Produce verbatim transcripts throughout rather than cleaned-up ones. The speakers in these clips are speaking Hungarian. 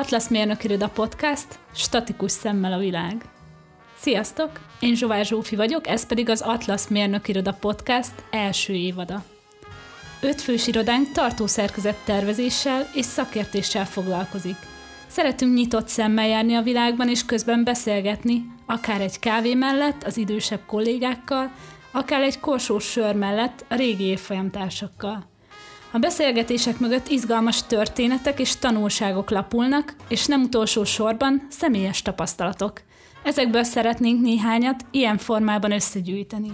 Atlasz Mérnökiroda Podcast, statikus szemmel a világ. Sziasztok! Én Zsovár Zsófi vagyok, ez pedig az Atlasz Mérnökiroda Podcast első évada. Ötfős irodánk tartószerkezettervezéssel és szakértéssel foglalkozik. Szeretünk nyitott szemmel járni a világban és közben beszélgetni, akár egy kávé mellett az idősebb kollégákkal, akár egy korsós sör mellett a régi évfolyamtársakkal. A beszélgetések mögött izgalmas történetek és tanulságok lapulnak, és nem utolsó sorban személyes tapasztalatok. Ezekből szeretnénk néhányat ilyen formában összegyűjteni.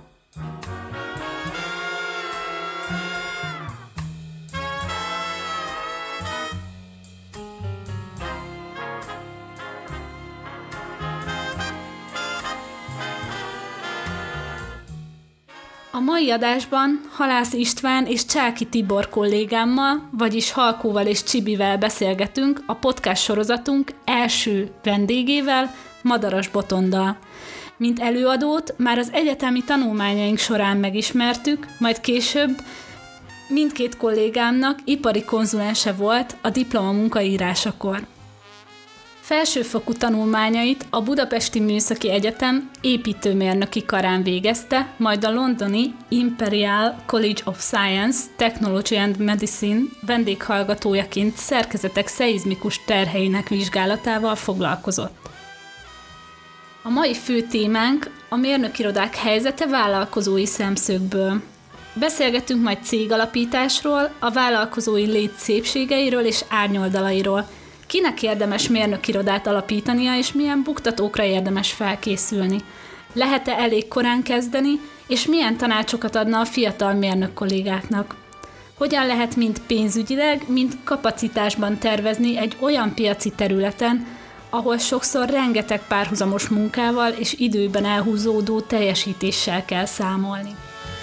A mai adásban Halász István és Csáky Tibor kollégámmal, vagyis Halkóval és Csibivel beszélgetünk a podcast sorozatunk első vendégével, Madaras Botondal. Mint előadót már az egyetemi tanulmányaink során megismertük, majd később mindkét kollégámnak ipari konzulense volt a diploma munkaírásakor. Felsőfokú tanulmányait a Budapesti Műszaki Egyetem építőmérnöki karán végezte, majd a londoni Imperial College of Science, Technology and Medicine vendéghallgatójaként szerkezetek szeizmikus terheinek vizsgálatával foglalkozott. A mai fő témánk a mérnökirodák helyzete vállalkozói szemszögből. Beszélgetünk majd cégalapításról, a vállalkozói lét szépségeiről és árnyoldalairól. Kinek érdemes mérnökirodát alapítania, és milyen buktatókra érdemes felkészülni? Lehet-e elég korán kezdeni, és milyen tanácsokat adna a fiatal mérnök kollégáknak? Hogyan lehet mind pénzügyileg, mind kapacitásban tervezni egy olyan piaci területen, ahol sokszor rengeteg párhuzamos munkával és időben elhúzódó teljesítéssel kell számolni?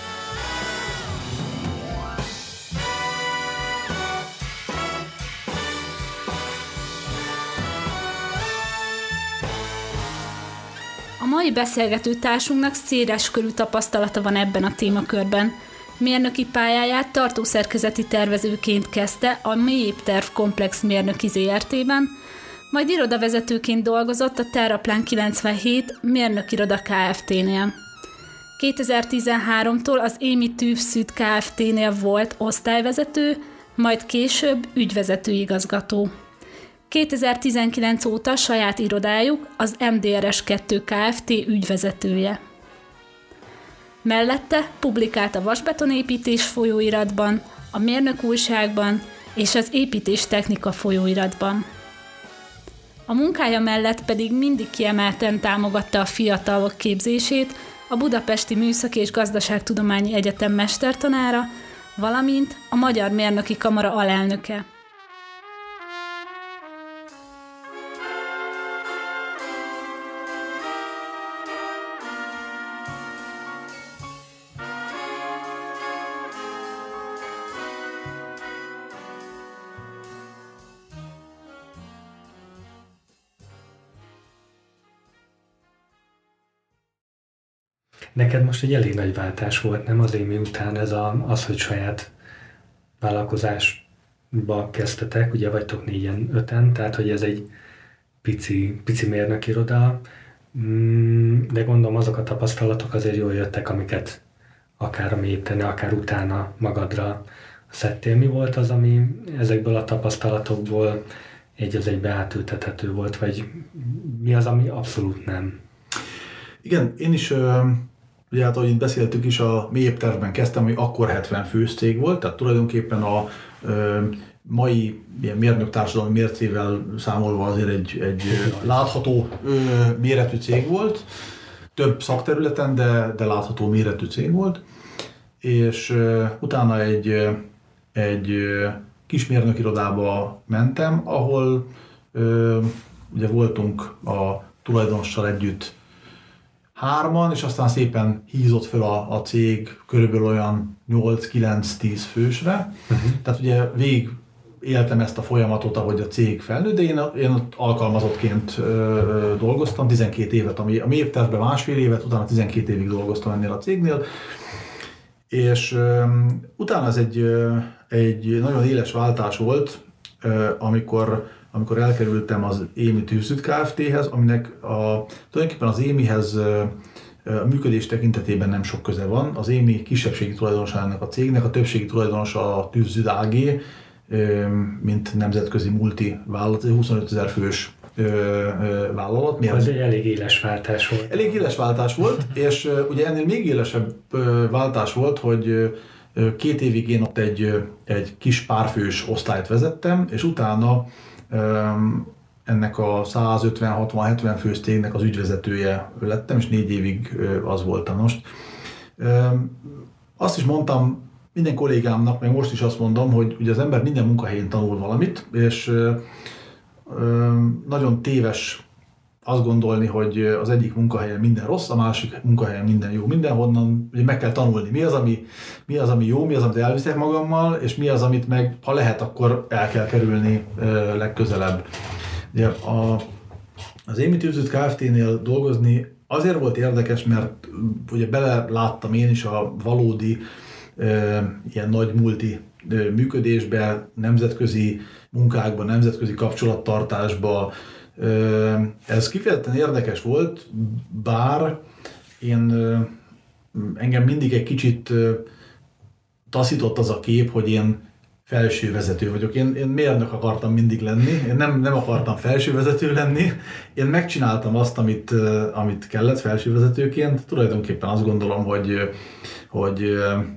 A mai beszélgető társunknak széles körű tapasztalata van ebben a témakörben. Mérnöki pályáját tartószerkezeti tervezőként kezdte a Mélyépterv Komplex Mérnöki zé er té-ben, majd irodavezetőként dolgozott a Terraplán kilencvenhét Mérnökiroda Kft-nél. kétezer-tizenháromtól az Émi TÜV-Szüd Kft-nél volt osztályvezető, majd később ügyvezető igazgató. kétezer-tizenkilenc óta saját irodájuk, az em dé er es kettő Kft. Ügyvezetője. Mellette publikált a Vasbetonépítés folyóiratban, a Mérnök újságban és az Építéstechnika folyóiratban. A munkája mellett pedig mindig kiemelten támogatta a fiatalok képzését, a Budapesti Műszaki és Gazdaságtudományi Egyetem mestertanára, valamint a Magyar Mérnöki Kamara alelnöke. Neked most egy elég nagy váltás volt, nem az Émi után ez a, az, hogy saját vállalkozásba kezdtetek, ugye vagytok négyen, öten, tehát hogy ez egy pici, pici mérnökiroda, de gondolom azok a tapasztalatok azért jól jöttek, amiket akár a mélyítene, akár utána magadra szedtél. Mi volt az, ami ezekből a tapasztalatokból egy az egybe átültethető volt, vagy mi az, ami abszolút nem? Igen, én is, ugye hát ahogy itt beszéltük is, a Mélyéptervben kezdtem, ami akkor hetven fős cég volt, tehát tulajdonképpen a mai ilyen mérnök társadalmi mércével számolva azért egy, egy látható méretű cég volt, több szakterületen, de, de látható méretű cég volt, és utána egy, egy kis mérnökirodába mentem, ahol ugye voltunk a tulajdonossal együtt hárman, és aztán szépen hízott fel a, a cég körülbelül olyan nyolc-kilenc-tíz fősre. Uh-huh. Tehát ugye végig éltem ezt a folyamatot, ahogy a cég felnőtt, de én, én ott alkalmazottként ö, dolgoztam, tizenkét évet, ami a Mélyéptervben másfél évet, utána tizenkét évig dolgoztam ennél a cégnél, és ö, utána ez egy, ö, egy nagyon éles váltás volt, ö, amikor amikor elkerültem az Émi Tűzüt Kft-hez, aminek a, tulajdonképpen az Émihez a működés tekintetében nem sok köze van. Az Émi kisebbségi tulajdonosának a cégnek, a többségi tulajdonosa a Tűzüt á gé, mint nemzetközi multi vállalat, huszonötezer fős vállalat. Ez egy elég éles váltás volt. Elég éles váltás volt, és ugye ennél még élesebb váltás volt, hogy két évig én ott egy, egy kis párfős osztályt vezettem, és utána ennek a százötven hatvan hetven fős cégnek az ügyvezetője lettem, és négy évig az voltam. Most azt is mondtam minden kollégámnak, meg most is azt mondom, hogy ugye az ember minden munkahelyén tanul valamit, és nagyon téves azt gondolni, hogy az egyik munkahelyen minden rossz, a másik munkahelyen minden jó. Mindenhonnan ugye meg kell tanulni, mi az, ami, mi az, ami jó, mi az, amit elviszek magammal, és mi az, amit meg, ha lehet, akkor el kell kerülni legközelebb. Ugye a, az Émi Tűzüt Kft-nél dolgozni azért volt érdekes, mert ugye beleláttam én is a valódi ilyen nagy multi működésbe, nemzetközi munkákba, nemzetközi kapcsolattartásba. Ez kifejezetten érdekes volt, bár én, engem mindig egy kicsit taszított az a kép, hogy én felsővezető vagyok. Én, én mérnök akartam mindig lenni, én nem, nem akartam felsővezető lenni. Én megcsináltam azt, amit, amit kellett felsővezetőként. Tulajdonképpen azt gondolom, hogy, hogy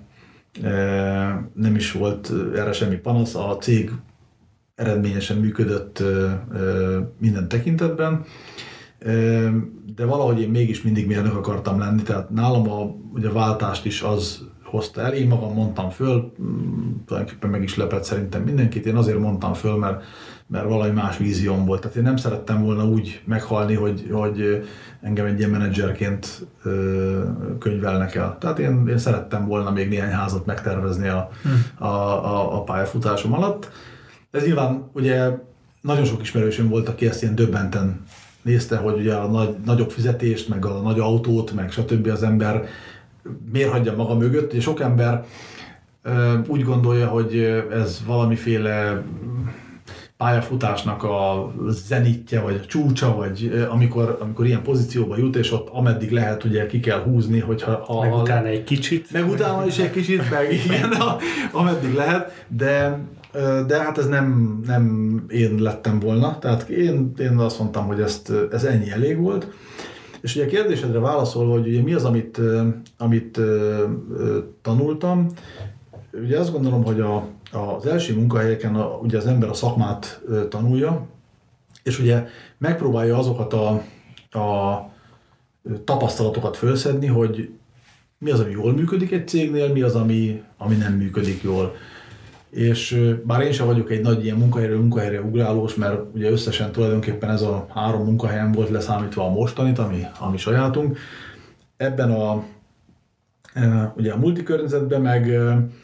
nem is volt erre semmi panasz. A cég eredményesen működött minden tekintetben, de valahogy én mégis mindig mérnök akartam lenni, tehát nálam a, ugye a váltást is az hozta el. Én magam mondtam föl, tulajdonképpen meg is lepett szerintem mindenkit, én azért mondtam föl, mert, mert valami más vízióm volt. Tehát én nem szerettem volna úgy meghalni, hogy, hogy engem egy ilyen menedzserként könyvelnek el. Tehát én, én szerettem volna még néhány házat megtervezni a, a, a, a pályafutásom alatt. Ez nyilván ugye nagyon sok ismerősöm volt, aki ezt ilyen döbbenten nézte, hogy ugye a nagy, nagyobb fizetést, meg a nagy autót, meg stb. Az ember miért hagyja maga mögött. Ugye sok ember úgy gondolja, hogy ez valamiféle pályafutásnak a zenitje, vagy a csúcsa, vagy amikor, amikor ilyen pozícióba jut, és ott ameddig lehet, ugye ki kell húzni, hogyha... Ha, meg utána egy kicsit. Meg utána is egy kicsit, meg igen, ameddig lehet, de De hát ez nem, nem én lettem volna, tehát én, én azt mondtam, hogy ezt, ez ennyi elég volt. És ugye a kérdésedre válaszolva, hogy ugye mi az, amit, amit tanultam, ugye azt gondolom, hogy a, az első munkahelyeken a, ugye az ember a szakmát tanulja, és ugye megpróbálja azokat a, a tapasztalatokat felszedni, hogy mi az, ami jól működik egy cégnél, mi az, ami, ami nem működik jól. És bár én sem vagyok egy nagy ilyen munkahelyről munkahelyre ugrálós, mert ugye összesen tulajdonképpen ez a három munkahelyem volt leszámítva a mostanit, ami, ami sajátunk. Ebben a, ugye a multikörnyezetben meg,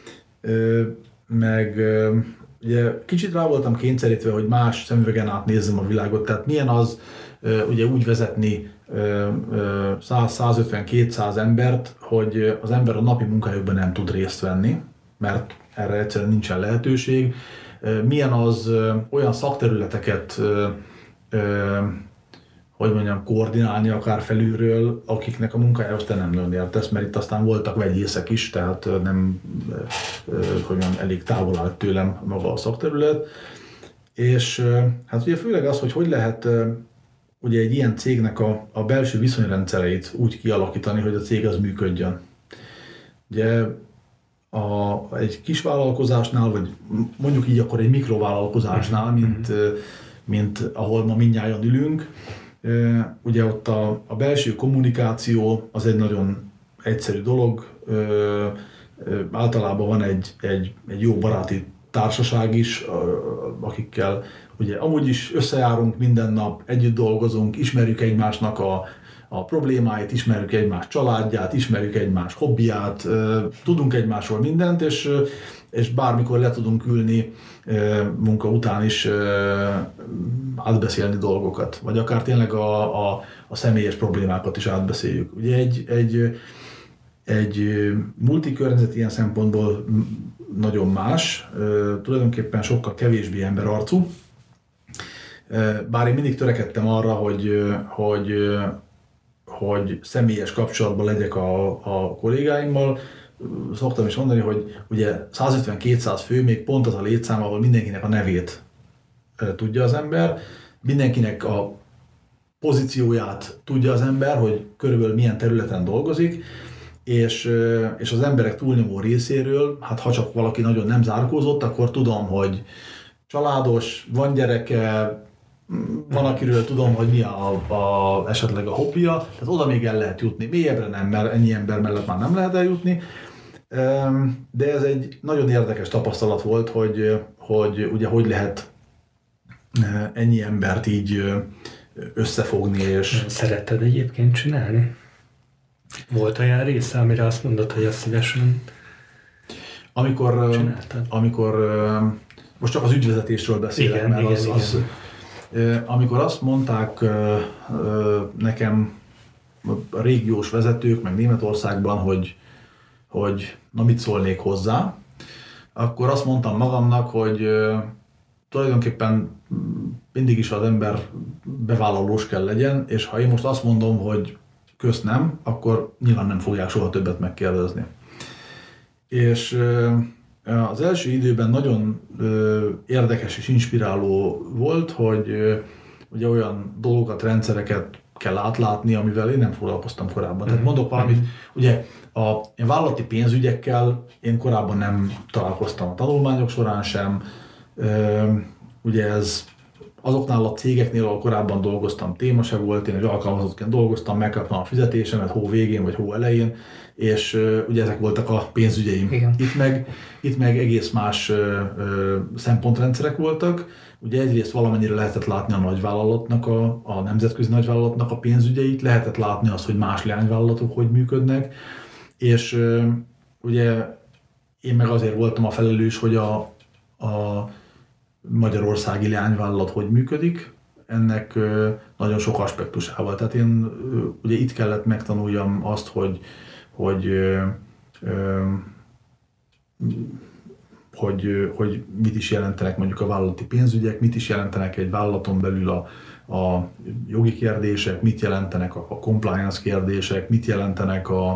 meg ugye kicsit rá voltam kényszerítve, hogy más szemüvegen át nézzem a világot, tehát milyen az ugye úgy vezetni száz százötven kétszáz embert, hogy az ember a napi munkájukban nem tud részt venni, mert erre egyszerűen nincsen lehetőség. Milyen az olyan szakterületeket, hogy mondjam, koordinálni akár felülről, akiknek a munkájához te nem nagyon értesz, mert itt aztán voltak vegyészek is, tehát nem, hogy mondjam, elég távol állt tőlem maga a szakterület. És hát ugye főleg az, hogy hogy lehet ugye egy ilyen cégnek a, a belső viszonyrendszereit úgy kialakítani, hogy a cég az működjön. Ugye A, egy kis vállalkozásnál, vagy mondjuk így akkor egy mikrovállalkozásnál, mint, mint ahol ma mindnyájan ülünk, ugye ott a, a belső kommunikáció az egy nagyon egyszerű dolog, általában van egy, egy, egy jó baráti társaság is, akikkel ugye amúgy is összejárunk minden nap, együtt dolgozunk, ismerjük egymásnak a a problémáit, ismerjük egymás családját, ismerjük egymás hobbiját, tudunk egymásról mindent, és, és bármikor le tudunk ülni munka után is átbeszélni dolgokat, vagy akár tényleg a, a, a személyes problémákat is átbeszéljük. Ugye egy, egy, egy multikörnyezet ilyen szempontból nagyon más, tulajdonképpen sokkal kevésbé emberarcú, Bár én mindig törekedtem arra, hogy, hogy, hogy személyes kapcsolatban legyek a, a kollégáimmal, szoktam is mondani, hogy ugye százötven-kétszáz fő még pont az a létszám, ahol mindenkinek a nevét tudja az ember, mindenkinek a pozícióját tudja az ember, hogy körülbelül milyen területen dolgozik, és, és az emberek túlnyomó részéről, hát ha csak valaki nagyon nem zárkózott, akkor tudom, hogy családos, van gyereke, van, akiről tudom, hogy mi a, a, esetleg a hobbija, tehát oda még el lehet jutni, mélyebbre nem, mert ennyi ember mellett már nem lehet eljutni. De ez egy nagyon érdekes tapasztalat volt, hogy, hogy ugye hogy lehet ennyi embert így összefogni. És... Szeretted egyébként csinálni? Volt olyan része, amire azt mondod, hogy azt szívesen amikor, csináltad? Amikor, most csak az ügyvezetésről beszélek, igen, mert igen, az, igen. az, amikor azt mondták nekem a régiós vezetők, meg Németországban, hogy, hogy na mit szólnék hozzá, akkor azt mondtam magamnak, hogy tulajdonképpen mindig is az ember bevállalós kell legyen, és ha én most azt mondom, hogy kösz nem, akkor nyilván nem fogják soha többet megkérdezni. És az első időben nagyon érdekes és inspiráló volt, hogy ugye olyan dolgokat, rendszereket kell átlátni, amivel én nem foglalkoztam korábban. Tehát mondok valamit, ugye a vállalati pénzügyekkel én korábban nem találkoztam a tanulmányok során sem, ugye ez azoknál a cégeknél, ahol korábban dolgoztam, téma se volt, én egy alkalmazottként dolgoztam, megkaptam a fizetésemet hó végén vagy hó elején, és uh, ugye ezek voltak a pénzügyeim. Igen. Itt meg, itt meg egész más uh, uh, szempontrendszerek voltak. Ugye egyrészt valamennyire lehetett látni a nagyvállalatnak, a, a nemzetközi nagyvállalatnak a pénzügyeit, lehetett látni azt, hogy más leányvállalatok hogy működnek, és uh, ugye én meg azért voltam a felelős, hogy a, a magyarországi leányvállalat hogy működik, ennek uh, nagyon sok aspektusával. Tehát én uh, ugye itt kellett megtanuljam azt, hogy Hogy, hogy, hogy mit is jelentenek mondjuk a vállalati pénzügyek, mit is jelentenek egy vállalaton belül a, a jogi kérdések, mit jelentenek a, a compliance kérdések, mit jelentenek a,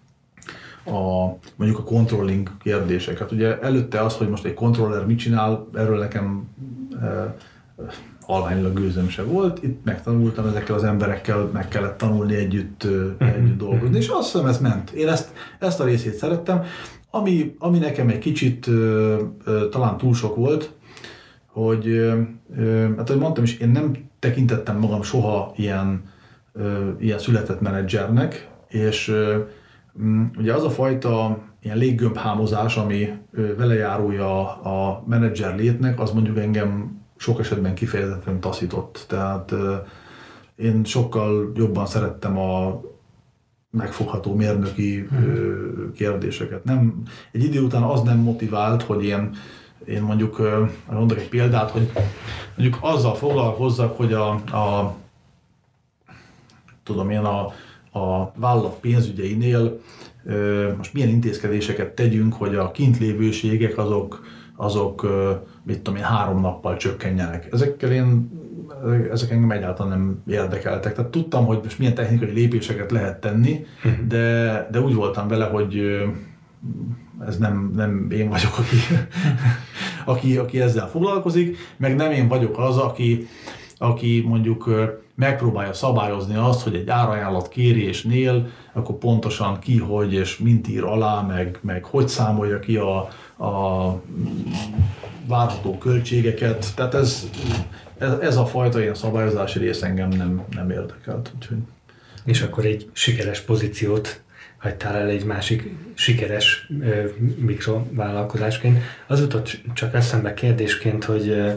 a, mondjuk a controlling kérdések. Hát ugye előtte az, hogy most egy controller mit csinál, erről nekem e, halványilag gőzöm se volt. Itt megtanultam ezekkel az emberekkel, meg kellett tanulni együtt, uh-huh. együtt dolgozni, és azt hiszem ez ment. Én ezt, ezt a részét szerettem. Ami, ami nekem egy kicsit uh, uh, talán túl sok volt, hogy uh, hát ahogy mondtam is, én nem tekintettem magam soha ilyen, uh, ilyen született menedzsernek, és uh, um, ugye az a fajta ilyen léggömbhámozás, ami uh, vele járója a menedzser létnek, az mondjuk engem sok esetben kifejezetten taszított. Tehát uh, én sokkal jobban szerettem a megfogható mérnöki uh, kérdéseket. Nem, egy idő után az nem motivált, hogy én, én mondjuk, uh, mondok egy példát, hogy mondjuk azzal foglalkozzak, hogy a, a tudom én, a, a vállalat pénzügyeinél uh, most milyen intézkedéseket tegyünk, hogy a kintlévőségek azok, azok uh, mit tudom én, három nappal csökkenjenek. Ezekkel én, ezek engem egyáltalán nem érdekeltek. Tehát tudtam, hogy most milyen technikai lépéseket lehet tenni, uh-huh. de, de úgy voltam vele, hogy ez nem, nem én vagyok, aki, aki, aki ezzel foglalkozik, meg nem én vagyok az, aki, aki mondjuk megpróbálja szabályozni azt, hogy egy árajánlat kérésnél akkor pontosan ki, hogy és mint ír alá, meg, meg hogy számolja ki a, a várható költségeket. Tehát ez, ez, ez a fajta ilyen szabályozási rész engem nem, nem érdekelt. Úgyhogy... És akkor egy sikeres pozíciót hagytál el egy másik sikeres ö, mikrovállalkozásként. Az jutott csak eszembe kérdésként, hogy ö,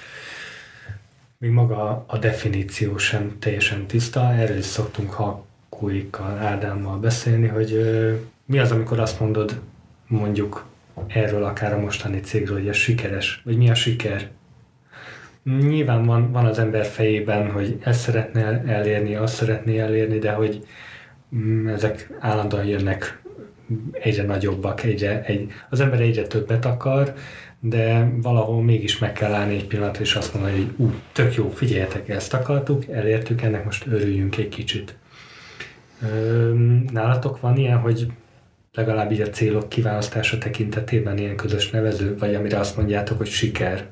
még maga a definíció sem teljesen tiszta. Erről is szoktunk Halkóikkal, Ádámmal beszélni, hogy ö, mi az, amikor azt mondod mondjuk erről akár a mostani cégről, hogy ez sikeres, vagy mi a siker? Nyilván van, van az ember fejében, hogy ezt szeretne elérni, azt szeretné elérni, de hogy mm, ezek állandóan jönnek egyre nagyobbak, egyre, egy, az ember egyre többet akar, de valahol mégis meg kell állni egy pillanatra, és azt mondani, hogy ú, tök jó, figyeljetek, ezt akartuk, elértük, ennek most örüljünk egy kicsit. Nálatok van ilyen, hogy legalább így a célok kiválasztása tekintetében ilyen közös nevező, vagy amire azt mondjátok, hogy siker?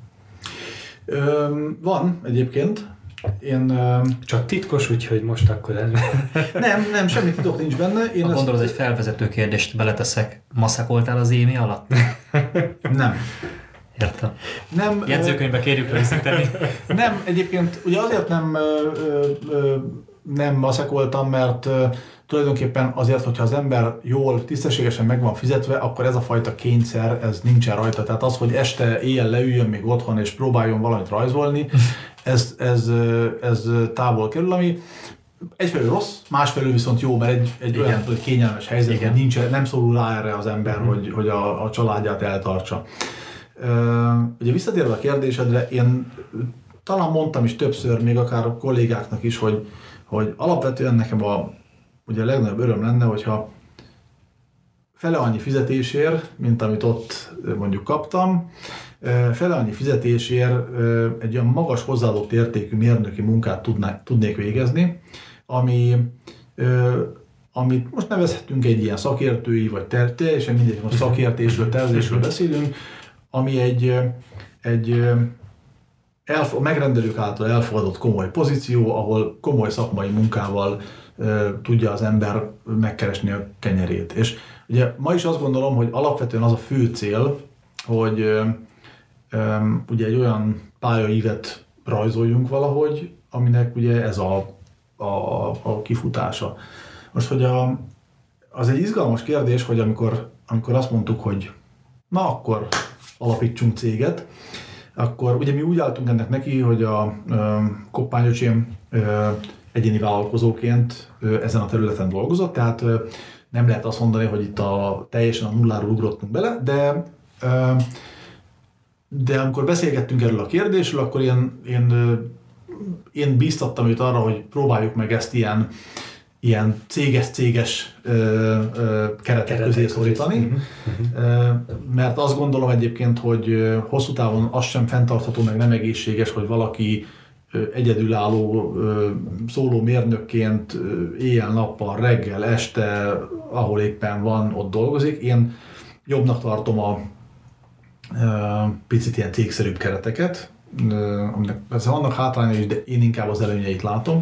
Öm, van egyébként. Én, öm... Csak titkos, úgyhogy most akkor ez... nem, nem, semmi titok nincs benne. Én a ezt... gondolod, egy felvezető kérdést beleteszek. Maszakoltál az émi alatt? Nem. Értem. Nem, jegyzőkönyvbe kérjük rögzíteni. Nem, egyébként ugye azért nem, ö, ö, nem maszakoltam, mert ö, tulajdonképpen azért, hogyha az ember jól, tisztességesen meg van fizetve, akkor ez a fajta kényszer, ez nincsen rajta. Tehát az, hogy este éjjel leüljön még otthon és próbáljon valamit rajzolni, ez, ez, ez távol kerül, ami egyfelől rossz, másfelől viszont jó, mert egy, egy olyan kényelmes helyzet, igen, hogy nincs, nem szorul rá erre az ember, mm. hogy, hogy a, a családját eltartsa. Uh, ugye visszatérve a kérdésedre, én talán mondtam is többször, még akár a kollégáknak is, hogy, hogy alapvetően nekem a, ugye a legnagyobb öröm lenne, hogyha fele annyi fizetésért, mint amit ott mondjuk kaptam, fele annyi fizetésért egy olyan magas hozzáadott értékű mérnöki munkát tudná, tudnék végezni, ami, amit most nevezhetünk egy ilyen szakértői, vagy ter, teljesen mindegy, most szakértésről, tervezésről beszélünk, ami egy, egy elf- megrendelők által elfogadott komoly pozíció, ahol komoly szakmai munkával tudja az ember megkeresni a kenyerét. És ugye ma is azt gondolom, hogy alapvetően az a fő cél, hogy um, ugye egy olyan pályaívet rajzoljunk valahogy, aminek ugye ez a, a, a kifutása. Most, hogy a, az egy izgalmas kérdés, hogy amikor, amikor azt mondtuk, hogy na akkor alapítsunk céget, akkor ugye mi úgy álltunk ennek neki, hogy a Koppány-öcsém egyéni vállalkozóként ezen a területen dolgozott, tehát nem lehet azt mondani, hogy itt a, teljesen a nulláról ugrottunk bele, de, de amikor beszélgettünk erről a kérdésről, akkor én, én, én bíztattam őt arra, hogy próbáljuk meg ezt ilyen, ilyen céges-céges keretek, keretek közé szorítani, uh-huh. mert azt gondolom egyébként, hogy hosszú távon az sem fenntartható, meg nem egészséges, hogy valaki egyedülálló szóló mérnökként éjjel-nappal, reggel, este, ahol éppen van, ott dolgozik. Én jobbnak tartom a picit ilyen cégszerűbb kereteket, aminek persze vannak hátrányai is, de én inkább az előnyeit látom.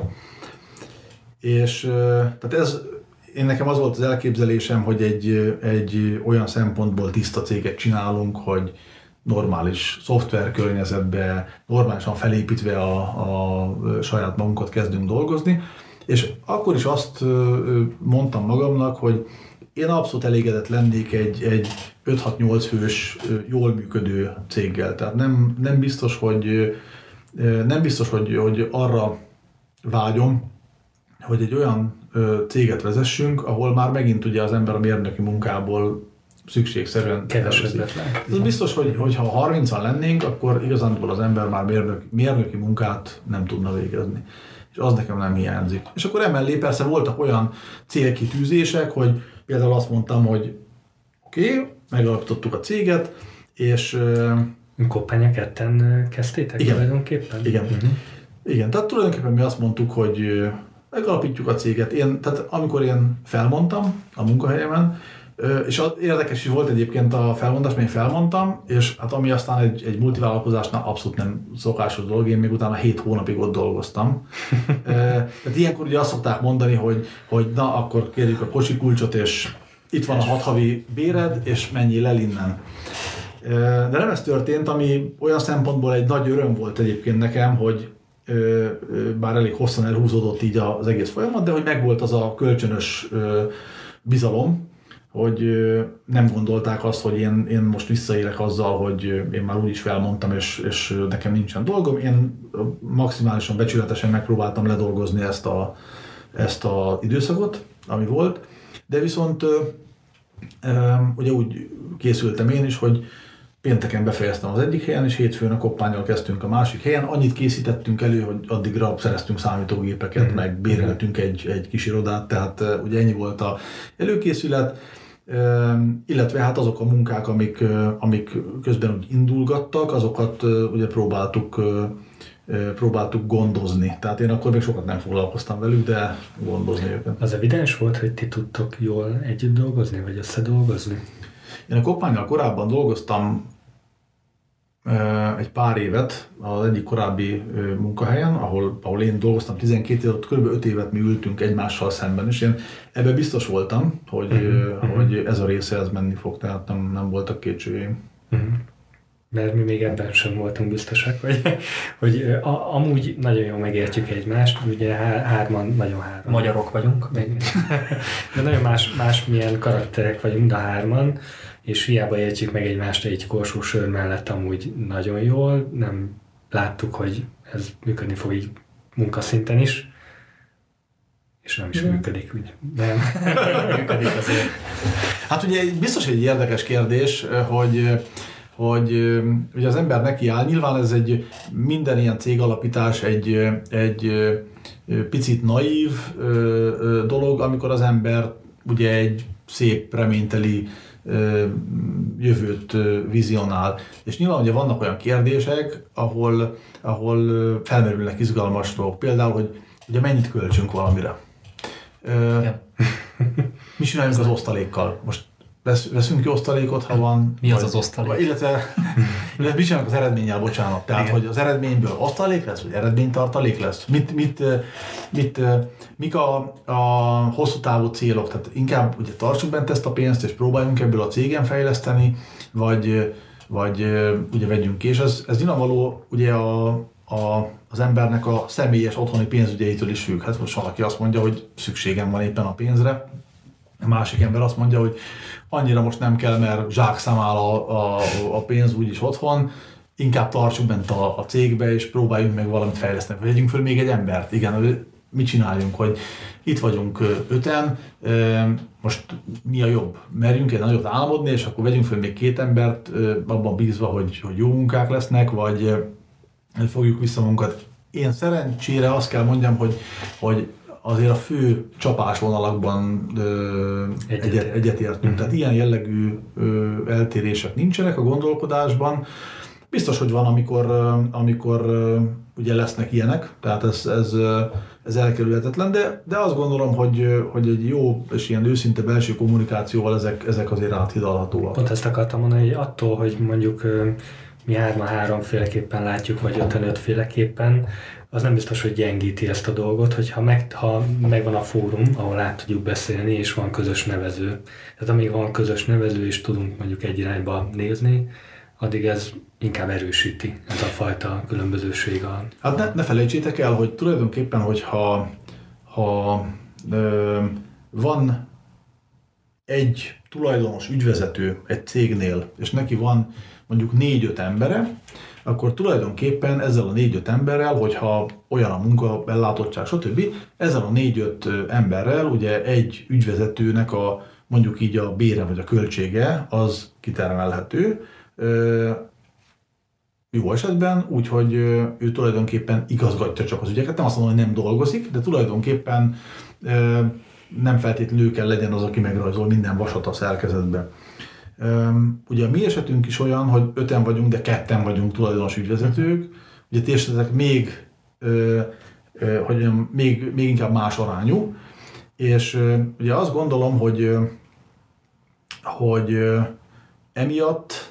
És tehát ez, én nekem az volt az elképzelésem, hogy egy, egy olyan szempontból tiszta céget csinálunk, hogy normális szoftver környezetbe, normálisan felépítve a, a saját magunkat kezdünk dolgozni, és akkor is azt mondtam magamnak, hogy én abszolút elégedett lennék egy, egy öt-hat-nyolc fős jól működő céggel. Tehát nem, nem biztos, hogy, nem biztos hogy, hogy arra vágyom, hogy egy olyan céget vezessünk, ahol már megint ugye az ember a mérnöki munkából szükségszerűen kevesebbet lát. Ez biztos, hogy, hogy ha harmincan lennénk, akkor igazándiból az ember már mérnök, mérnöki munkát nem tudna végezni. És az nekem nem hiányzik. És akkor emellé persze voltak olyan célkitűzések, hogy például azt mondtam, hogy oké, okay, megalapítottuk a céget, és... Koppánya ketten kezdtétek igen, tulajdonképpen? Igen. Uh-huh. Igen, tehát tulajdonképpen mi azt mondtuk, hogy megalapítjuk a céget. Én, tehát amikor én felmondtam a munkahelyemen, és érdekes is volt egyébként a felmondás, mert én felmondtam, és hát ami aztán egy, egy multivállalkozásnál abszolút nem szokásos dolog, én még utána hét hónapig ott dolgoztam. Tehát ilyenkor ugye azt szokták mondani, hogy, hogy na, akkor kérjük a kocsi kulcsot, és itt van a hat havi béred, és menjél el innen. De nem ez történt, ami olyan szempontból egy nagy öröm volt egyébként nekem, hogy bár elég hosszan elhúzódott így az egész folyamat, de hogy megvolt az a kölcsönös bizalom, hogy nem gondolták azt, hogy én, én most visszaélek azzal, hogy én már úgyis felmondtam, és, és nekem nincsen dolgom. Én maximálisan becsületesen megpróbáltam ledolgozni ezt a, ezt a időszakot, ami volt, de viszont ugye úgy készültem én is, hogy pénteken befejeztem az egyik helyen, és hétfőn a koppánnyal kezdtünk a másik helyen. Annyit készítettünk elő, hogy addigra szereztünk számítógépeket, mm-hmm. meg béreltünk egy, egy kis irodát, tehát uh, ugye ennyi volt a előkészület, uh, illetve hát azok a munkák, amik, uh, amik közben úgy indulgattak, azokat uh, ugye próbáltuk, uh, uh, próbáltuk gondozni. Tehát én akkor még sokat nem foglalkoztam velük, de gondozni őket. Az evidens volt, hogy ti tudtok jól együtt dolgozni, vagy összedolgozni? Én a koppánnyal korábban dolgoztam egy pár évet az egyik korábbi munkahelyen, ahol, ahol én dolgoztam tizenkét évet, ott kb. öt évet mi ültünk egymással szemben, és én ebben biztos voltam, hogy, uh-huh. hogy ez a része ez menni fog, tehát nem, nem voltak kétségeim. Uh-huh. Mert mi még ebben sem voltunk biztosak, hogy, hogy a, amúgy nagyon jól megértjük egymást, ugye hár, hárman, nagyon hárman. Magyarok vagyunk. Meg, de nagyon más, más milyen karakterek vagyunk, de hárman, és hiába értjük meg egymást egy korsó sör mellett amúgy nagyon jól, nem láttuk, hogy ez működni fog így munkaszinten is, és nem is de. működik, úgy. Nem. Működik azért. Hát ugye biztos egy érdekes kérdés, hogy hogy ugye az ember neki áll, nyilván ez egy minden ilyen cégalapítás egy, egy picit naív dolog, amikor az ember ugye egy szép, reményteli jövőt vizionál. És nyilván ugye vannak olyan kérdések, ahol, ahol felmerülnek izgalmas dolgok. Például, hogy ugye mennyit költsünk valamire. Ja. Mi csináljunk az osztalékkal? Most veszünk ki osztalékot, ha van... Mi az vagy, az osztalék? Illetve, illetve mit csinálunk az eredménnyel, bocsánat. Tehát, igen. Hogy az eredményből osztalék lesz, vagy eredménytartalék lesz? Mit, mit, mit, mik a, a hosszú távú célok? Tehát inkább ugye tartsuk bent ezt a pénzt, és próbáljunk ebből a cégen fejleszteni, vagy, vagy ugye vegyünk ki. És ez, ez nyilvánvaló ugye a, a, az embernek a személyes otthoni pénzügyeitől is függ. Hát most valaki azt mondja, hogy szükségem van éppen a pénzre, a másik ember azt mondja, hogy annyira most nem kell, mert zsákszám áll a, a, a pénz úgyis otthon, inkább tartsuk bent a, a cégbe, és próbáljunk meg valamit fejleszteni. Vagy vegyünk föl még egy embert. Igen, mit csináljunk, hogy itt vagyunk öten, most mi a jobb? Merjünk egy nagyot álmodni, és akkor vegyünk föl még két embert, abban bízva, hogy, hogy jó munkák lesznek, vagy fogjuk vissza munkat. Én szerencsére azt kell mondjam, hogy, hogy azért a fő csapásvonalakban egyet, egyetértünk. Mm-hmm. Tehát ilyen jellegű ö, eltérések nincsenek a gondolkodásban. Biztos, hogy van, amikor, amikor ö, ugye lesznek ilyenek, tehát ez, ez, ez elkerülhetetlen, de, de azt gondolom, hogy, hogy egy jó és ilyen őszinte belső kommunikációval ezek, ezek azért áthidalhatóak. Pont ezt akartam mondani, hogy attól, hogy mondjuk mi hárman háromféleképpen látjuk, vagy öten ötféleképpen, az nem biztos, hogy gyengíti ezt a dolgot, hogyha meg, ha megvan a fórum, ahol át tudjuk beszélni, és van közös nevező. Tehát amíg van közös nevező, és tudunk mondjuk egy irányba nézni, addig ez inkább erősíti ez a fajta különbözőség. A... Hát ne, ne felejtsétek el, hogy tulajdonképpen, hogyha ha, ö, van egy tulajdonos ügyvezető egy cégnél, és neki van mondjuk négy-öt embere, akkor tulajdonképpen ezzel a négy-öt emberrel, hogyha olyan a munka, ellátottság, stb., ezzel a négy-öt emberrel ugye egy ügyvezetőnek a mondjuk így a bére vagy a költsége az kitermelhető. Jó esetben, úgyhogy ő tulajdonképpen igazgatja csak az ügyeket, nem azt mondom, hogy nem dolgozik, de tulajdonképpen nem feltétlenül kell legyen az, aki megrajzol minden vasat a szerkezetbe. Ugye a mi esetünk is olyan, hogy öten vagyunk, de ketten vagyunk tulajdonos ügyvezetők. Ugye ti esetek még, hogy mondjam, még, még inkább más arányú. És ugye azt gondolom, hogy, hogy emiatt,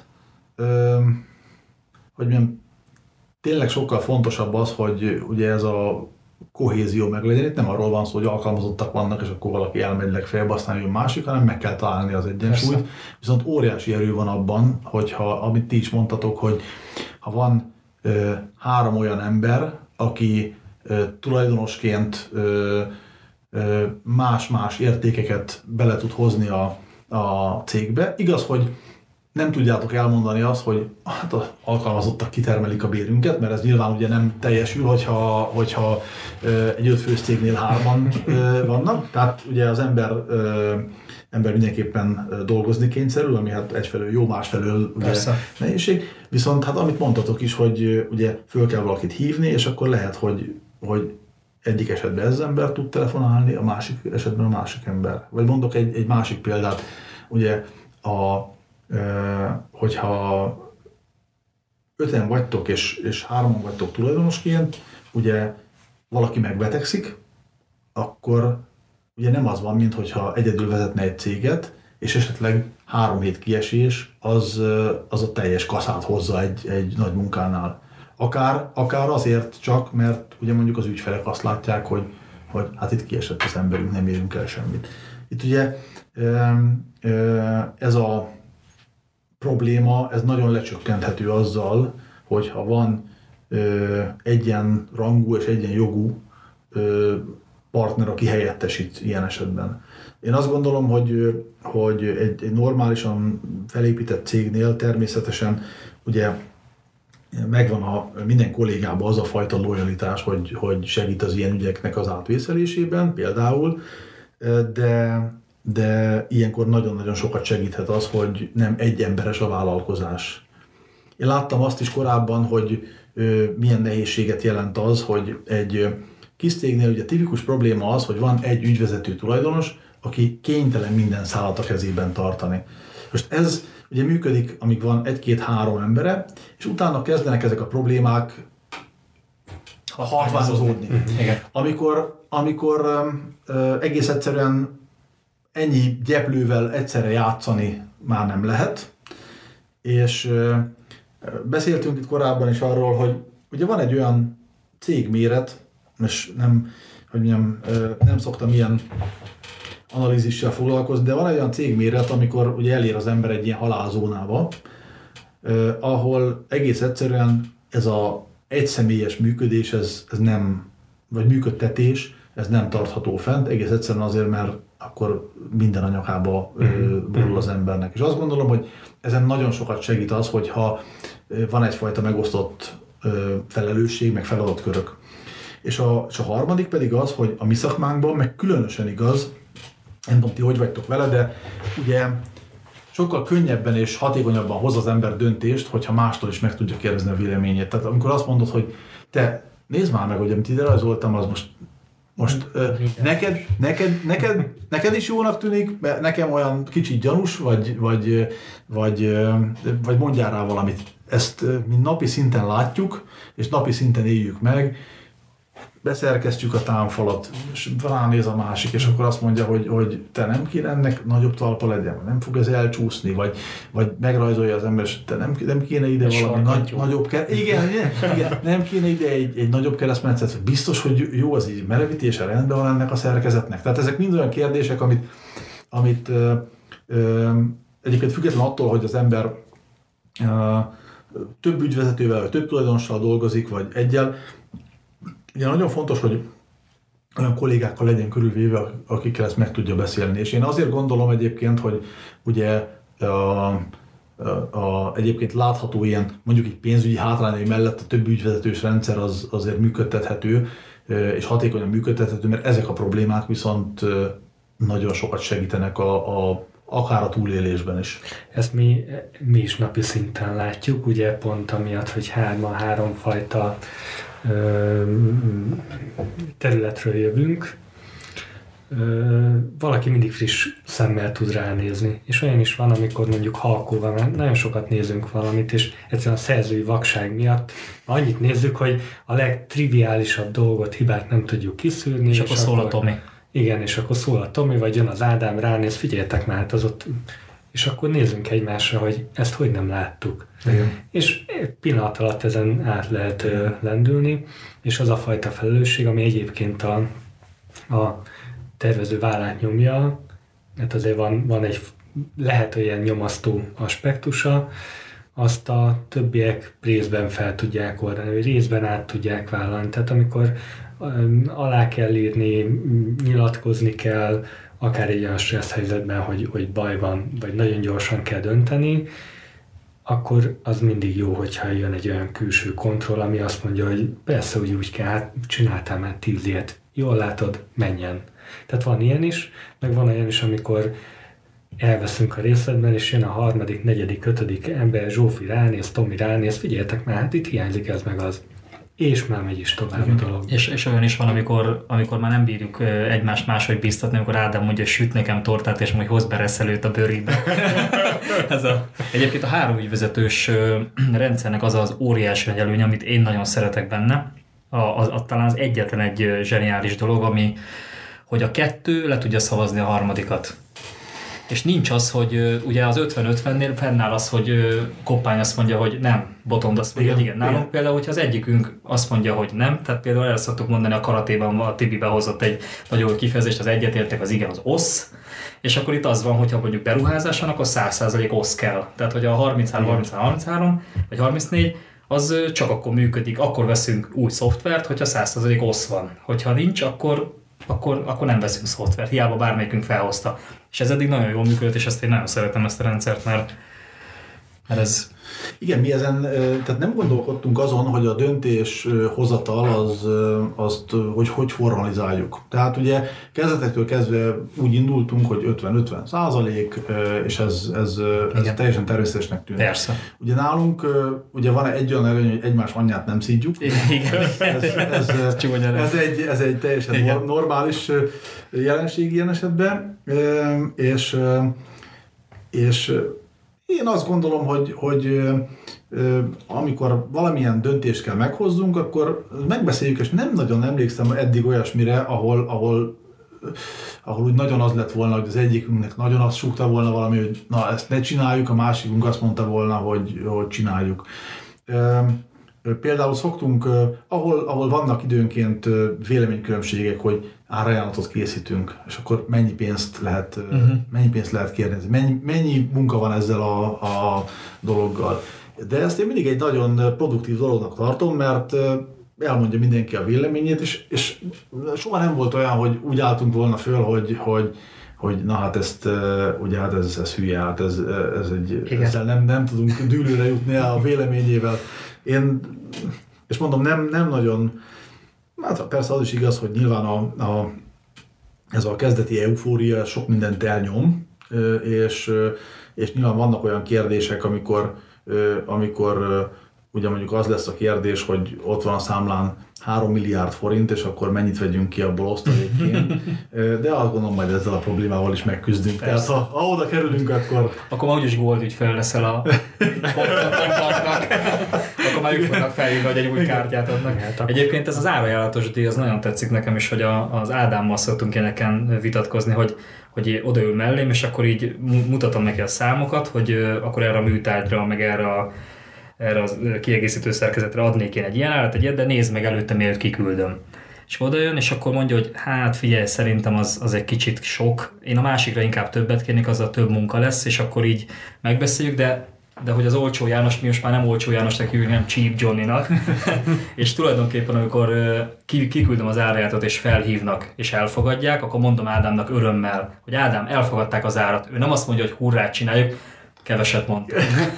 hogy mondjam, tényleg sokkal fontosabb az, hogy ugye ez a kohézió meg legyen. Itt nem arról van szó, hogy alkalmazottak vannak, és akkor valaki elmegy legfeljebb, aztán jön másik, hanem meg kell találni az egyensúlyt. Persze. Viszont óriási erő van abban, hogyha, amit ti is mondtatok, hogy ha van ö, három olyan ember, aki ö, tulajdonosként ö, ö, más-más értékeket bele tud hozni a, a cégbe. Igaz, hogy nem tudjátok elmondani azt, hogy hát az alkalmazottak kitermelik a bérünket, mert ez nyilván ugye nem teljesül, hogyha, hogyha egy ötfős cégnél hárman vannak. Tehát ugye az ember, ember mindenképpen dolgozni kényszerül, ami hát egyfelől jó, másfelől ugye nehézség. Viszont hát amit mondtatok is, hogy ugye föl kell valakit hívni, és akkor lehet, hogy, hogy egyik esetben ez az ember tud telefonálni, a másik esetben a másik ember. Vagy mondok egy, egy másik példát, ugye a, e, hogyha öten vagytok, és, és hárman vagytok tulajdonosként, ugye valaki megbetegszik, akkor ugye nem az van, mint hogyha egyedül vezetne egy céget, és esetleg három hét kiesés, az, az a teljes kaszát hozza egy, egy nagy munkánál. Akár, akár azért csak, mert ugye mondjuk az ügyfelek azt látják, hogy, hogy hát itt kiesett az emberünk, nem érünk el semmit. Itt ugye ez a probléma, ez nagyon lecsökkenthető azzal, hogyha van egyen rangú és egyen jogú partner, aki helyettesít ilyen esetben. Én azt gondolom, hogy, hogy egy, egy normálisan felépített cégnél természetesen ugye megvan a minden kollégában az a fajta lojalitás, hogy, hogy segít az ilyen ügyeknek az átvészelésében például, de, de ilyenkor nagyon-nagyon sokat segíthet az, hogy nem egy emberes a vállalkozás. Én láttam azt is korábban, hogy milyen nehézséget jelent az, hogy egy kis cégnél ugye tipikus probléma az, hogy van egy ügyvezető tulajdonos, aki kénytelen minden szállat a kezében tartani. Most ez ugye működik, amíg van egy-két-három embere, és utána kezdenek ezek a problémák hatványozódni. Amikor, amikor uh, egész egyszerűen ennyi gyeplővel egyszerre játszani már nem lehet, és uh, beszéltünk itt korábban is arról, hogy ugye van egy olyan cégméret, és nem, hogy mondjam, nem szoktam ilyen analízissel foglalkozni, de van egy olyan cégméret, amikor ugye elér az ember egy ilyen halálzónába, eh, ahol egész egyszerűen ez az egyszemélyes működés, ez, ez nem, vagy működtetés, ez nem tartható fent, egész egyszerűen azért, mert akkor minden a nyakába eh, borul az embernek. És azt gondolom, hogy ezen nagyon sokat segít az, hogyha van egyfajta megosztott eh, felelősség, meg feladatkörök. És a, és a harmadik pedig az, hogy a mi szakmánkban meg különösen igaz, nem tudom, ti hogy vagytok vele, de ugye sokkal könnyebben és hatékonyabban hoz az ember döntést, hogyha mástól is meg tudja kérdezni a véleményét. Tehát amikor azt mondod, hogy te nézd már meg, hogy amit ide rajzoltam, az most, most ö, neked, neked, neked, neked is jónak tűnik, mert nekem olyan kicsit gyanús, vagy, vagy, vagy, vagy mondjál rá valamit. Ezt mi napi szinten látjuk, és napi szinten éljük meg, beszerkesztjük a támfalat, és ránéz a másik, és akkor azt mondja, hogy, hogy te nem kéne ennek nagyobb talpa legyen, vagy nem fog ez elcsúszni, vagy, vagy megrajzolja az ember, és te nem, nem kéne ide és valami nagy, nagyobb kereszt, igen, igen, nem kéne ide egy, egy nagyobb keresztmetszet, biztos, hogy jó az így merevítése, rendben van ennek a szerkezetnek. Tehát ezek mind olyan kérdések, amit, amit ö, ö, egyébként független attól, hogy az ember ö, több ügyvezetővel, vagy több tulajdonossal dolgozik, vagy egyel, ugye nagyon fontos, hogy olyan kollégákkal legyen körülvéve, akikkel ezt meg tudja beszélni. És én azért gondolom egyébként, hogy ugye a, a, a, egyébként látható ilyen, mondjuk egy pénzügyi hátrányai mellett a több ügyvezetős rendszer az azért működtethető, és hatékonyan működtethető, mert ezek a problémák viszont nagyon sokat segítenek a, a akár a túlélésben is. Ezt mi, mi is napi szinten látjuk, ugye pont amiatt, hogy hárma, háromfajta területről jövünk, valaki mindig friss szemmel tud ránézni. És olyan is van, amikor mondjuk halkóval, mert nagyon sokat nézünk valamit, és egyszerűen a szerzői vakság miatt annyit nézzük, hogy a legtriviálisabb dolgot, hibát nem tudjuk kiszűrni. És, és akkor szól a Tomi. Igen, és akkor szól a Tomi, vagy jön az Ádám, ránéz, figyeljetek már, hát az ott... És akkor nézzünk egymásra, hogy ezt hogy nem láttuk. Igen. És pillanat alatt ezen át lehet ö, lendülni, és az a fajta felelősség, ami egyébként a, a tervező vállát nyomja, mert azért van, van egy lehet olyan nyomasztó aspektusa, azt a többiek részben fel tudják oldani, vagy részben át tudják vállalni. Tehát amikor ö, alá kell írni, nyilatkozni kell, akár egy olyan stressz helyzetben, hogy, hogy baj van, vagy nagyon gyorsan kell dönteni, akkor az mindig jó, hogyha jön egy olyan külső kontroll, ami azt mondja, hogy persze, hogy úgy kell, hát csináltál már tíz ilyet, jól látod, menjen. Tehát van ilyen is, meg van olyan is, amikor elveszünk a részletben, és jön a harmadik, negyedik, ötödik ember, Zsófi ránéz, Tomi ránéz, figyeljetek már, hát itt hiányzik ez meg az. És már megy is tovább a dolog. És, és olyan is van, amikor, amikor már nem bírjuk egymást máshogy bíztatni, amikor Ádám mondja, hogy süt nekem tortát, és majd hoz be reszelőt a bőrébe. Ez a, egyébként a három ügyvezetős rendszernek az az óriási nagy előny, amit én nagyon szeretek benne. A, az, az, talán az egyetlen egy zseniális dolog, ami, hogy a kettő le tudja szavazni a harmadikat. És nincs az, hogy ugye az ötven ötvennél fennáll az, hogy Koppány azt mondja, hogy nem, Botond azt mondja, igen, hogy igen. Nálunk igen. Például, hogyha az egyikünk azt mondja, hogy nem, tehát például el szoktuk mondani, a karatéban a Tibi behozott egy nagyon jó kifejezést, az egyetértek, az igen, az osz, és akkor itt az van, hogyha mondjuk beruházás van, akkor száz százalék osz kell. Tehát, hogy a harminchárom harminchárom harminchárom vagy harmincnégy, az csak akkor működik, akkor veszünk új szoftvert, hogyha száz százalék osz van. Hogyha nincs, akkor Akkor, akkor nem veszünk szoftvert, hiába bármelyikünk felhozta. És ez eddig nagyon jól működött, és ezt én nagyon szeretem ezt a rendszert, mert, mert ez... Igen, mi ezen, tehát nem gondolkodtunk azon, hogy a döntés hozatal az, azt, hogy hogy formalizáljuk. Tehát ugye kezdetektől kezdve úgy indultunk, hogy ötven-ötven százalék, és ez, ez, ez teljesen természetesnek tűnik. Persze. Ugye nálunk ugye van egy olyan előny, hogy egymás anyját nem szidjuk. Igen. Ez, ez, ez, ez, egy, ez egy teljesen igen. normális jelenség ilyen esetben, és, és én azt gondolom, hogy, hogy amikor valamilyen döntést kell meghozzunk, akkor megbeszéljük, és nem nagyon emlékszem eddig olyasmire, ahol, ahol, ahol úgy nagyon az lett volna, hogy az egyikünknek nagyon azt súgta volna valami, hogy na ezt ne csináljuk, a másikunk azt mondta volna, hogy, hogy csináljuk. Például szoktunk, ahol, ahol vannak időnként véleménykülönbségek, hogy árajánlatot készítünk, és akkor mennyi pénzt lehet, uh-huh. mennyi pénzt lehet kérni, mennyi, mennyi munka van ezzel a, a dologgal. De ezt én mindig egy nagyon produktív dolognak tartom, mert elmondja mindenki a véleményét, és, és soha nem volt olyan, hogy úgy álltunk volna föl, hogy, hogy hogy na hát ezt, ugye hát ez, ez hülye, hát ez, ez egy, ezzel nem, nem tudunk dűlőre jutni a véleményével. Én, és mondom, nem, nem nagyon, hát persze az is igaz, hogy nyilván a, a, ez a kezdeti eufória sok mindent elnyom, és, és nyilván vannak olyan kérdések, amikor, amikor ugye mondjuk az lesz a kérdés, hogy ott van a számlán három milliárd forint, és akkor mennyit vegyünk ki abból osztalékként. De azt gondolom, majd ezzel a problémával is megküzdünk. Persze. Tehát ha, ha oda kerülünk, akkor... Akkor már úgyis gold ügyfél leszel a banknak. Akkor már ők fognak felhívni, hogy egy új kártyát adnak. Egyébként ez az árajánlatos díj, az nagyon tetszik nekem is, hogy a, az Ádámmal szoktunk ilyeneken vitatkozni, hogy hogy odaül mellém, és akkor így mutatom neki a számokat, hogy akkor erre a műtárgyra, meg erre a erre a kiegészítő szerkezetre adnék én egy ilyen árat, egy ilyet, de nézd meg előtte, mielőtt kiküldöm. És oda jön, és akkor mondja, hogy hát figyelj, szerintem az, az egy kicsit sok. Én a másikra inkább többet kérnék, azzal több munka lesz, és akkor így megbeszéljük, de, de hogy az olcsó János, mi most már nem olcsó Jánosnak hívjuk, hanem Cheap Johnny-nak. És tulajdonképpen, amikor kiküldöm az árajánlatot, és felhívnak, és elfogadják, akkor mondom Ádámnak örömmel, hogy Ádám, elfogadták az árat. Ő nem azt mondja, hogy hurrát csináljuk, keveset mond.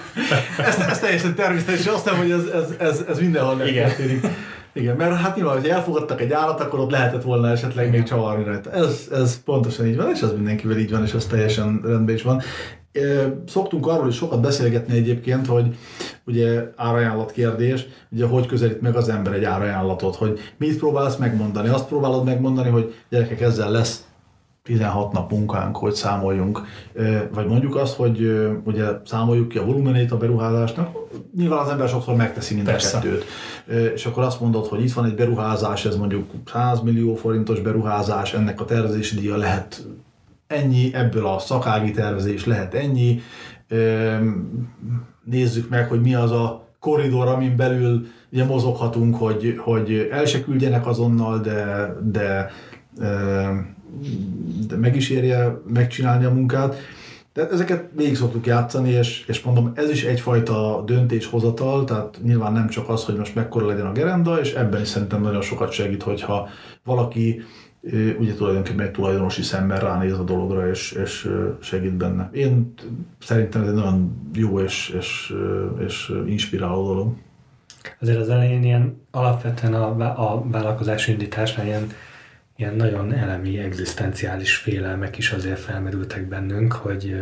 ez, ez teljesen természetes, és azt nem, hogy ez, ez, ez, ez mindenhol megtörténik. Igen, mert hát nyilván, hogy elfogadtak egy állat, akkor ott lehetett volna esetleg még csavarni rajta. Ez, ez pontosan így van, és ez mindenkivel így van, és ez teljesen rendben is van. Szoktunk arról is sokat beszélgetni egyébként, hogy ugye árajánlat kérdés, ugye hogy közelít meg az ember egy árajánlatot, hogy mit próbálsz megmondani. Azt próbálod megmondani, hogy gyerekek, ezzel lesz tizenhat nap munkánk, hogy számoljunk, vagy mondjuk azt, hogy ugye számoljuk ki a volumenét a beruházásnak, nyilván az ember sokszor megteszi mind a kettőt. És akkor azt mondod, hogy itt van egy beruházás, ez mondjuk száz millió forintos beruházás, ennek a tervezési díja lehet ennyi, ebből a szakági tervezés lehet ennyi, nézzük meg, hogy mi az a korridor, amin belül ugye mozoghatunk, hogy, hogy el se küldjenek azonnal, de, de de meg is érje megcsinálni a munkát. De ezeket végig szoktuk játszani, és, és mondom, ez is egyfajta döntéshozatal, tehát nyilván nem csak az, hogy most mekkora legyen a gerenda, és ebben is szerintem nagyon sokat segít, hogyha valaki ugye tulajdonképpen egy tulajdonosi szemmel ránéz a dologra, és, és segít benne. Én szerintem ez egy nagyon jó és, és, és inspiráló dolog. Azért az elején ilyen alapvetően a, a vállalkozás indításnál ilyen ilyen nagyon elemi, egzisztenciális félelmek is azért felmerültek bennünk, hogy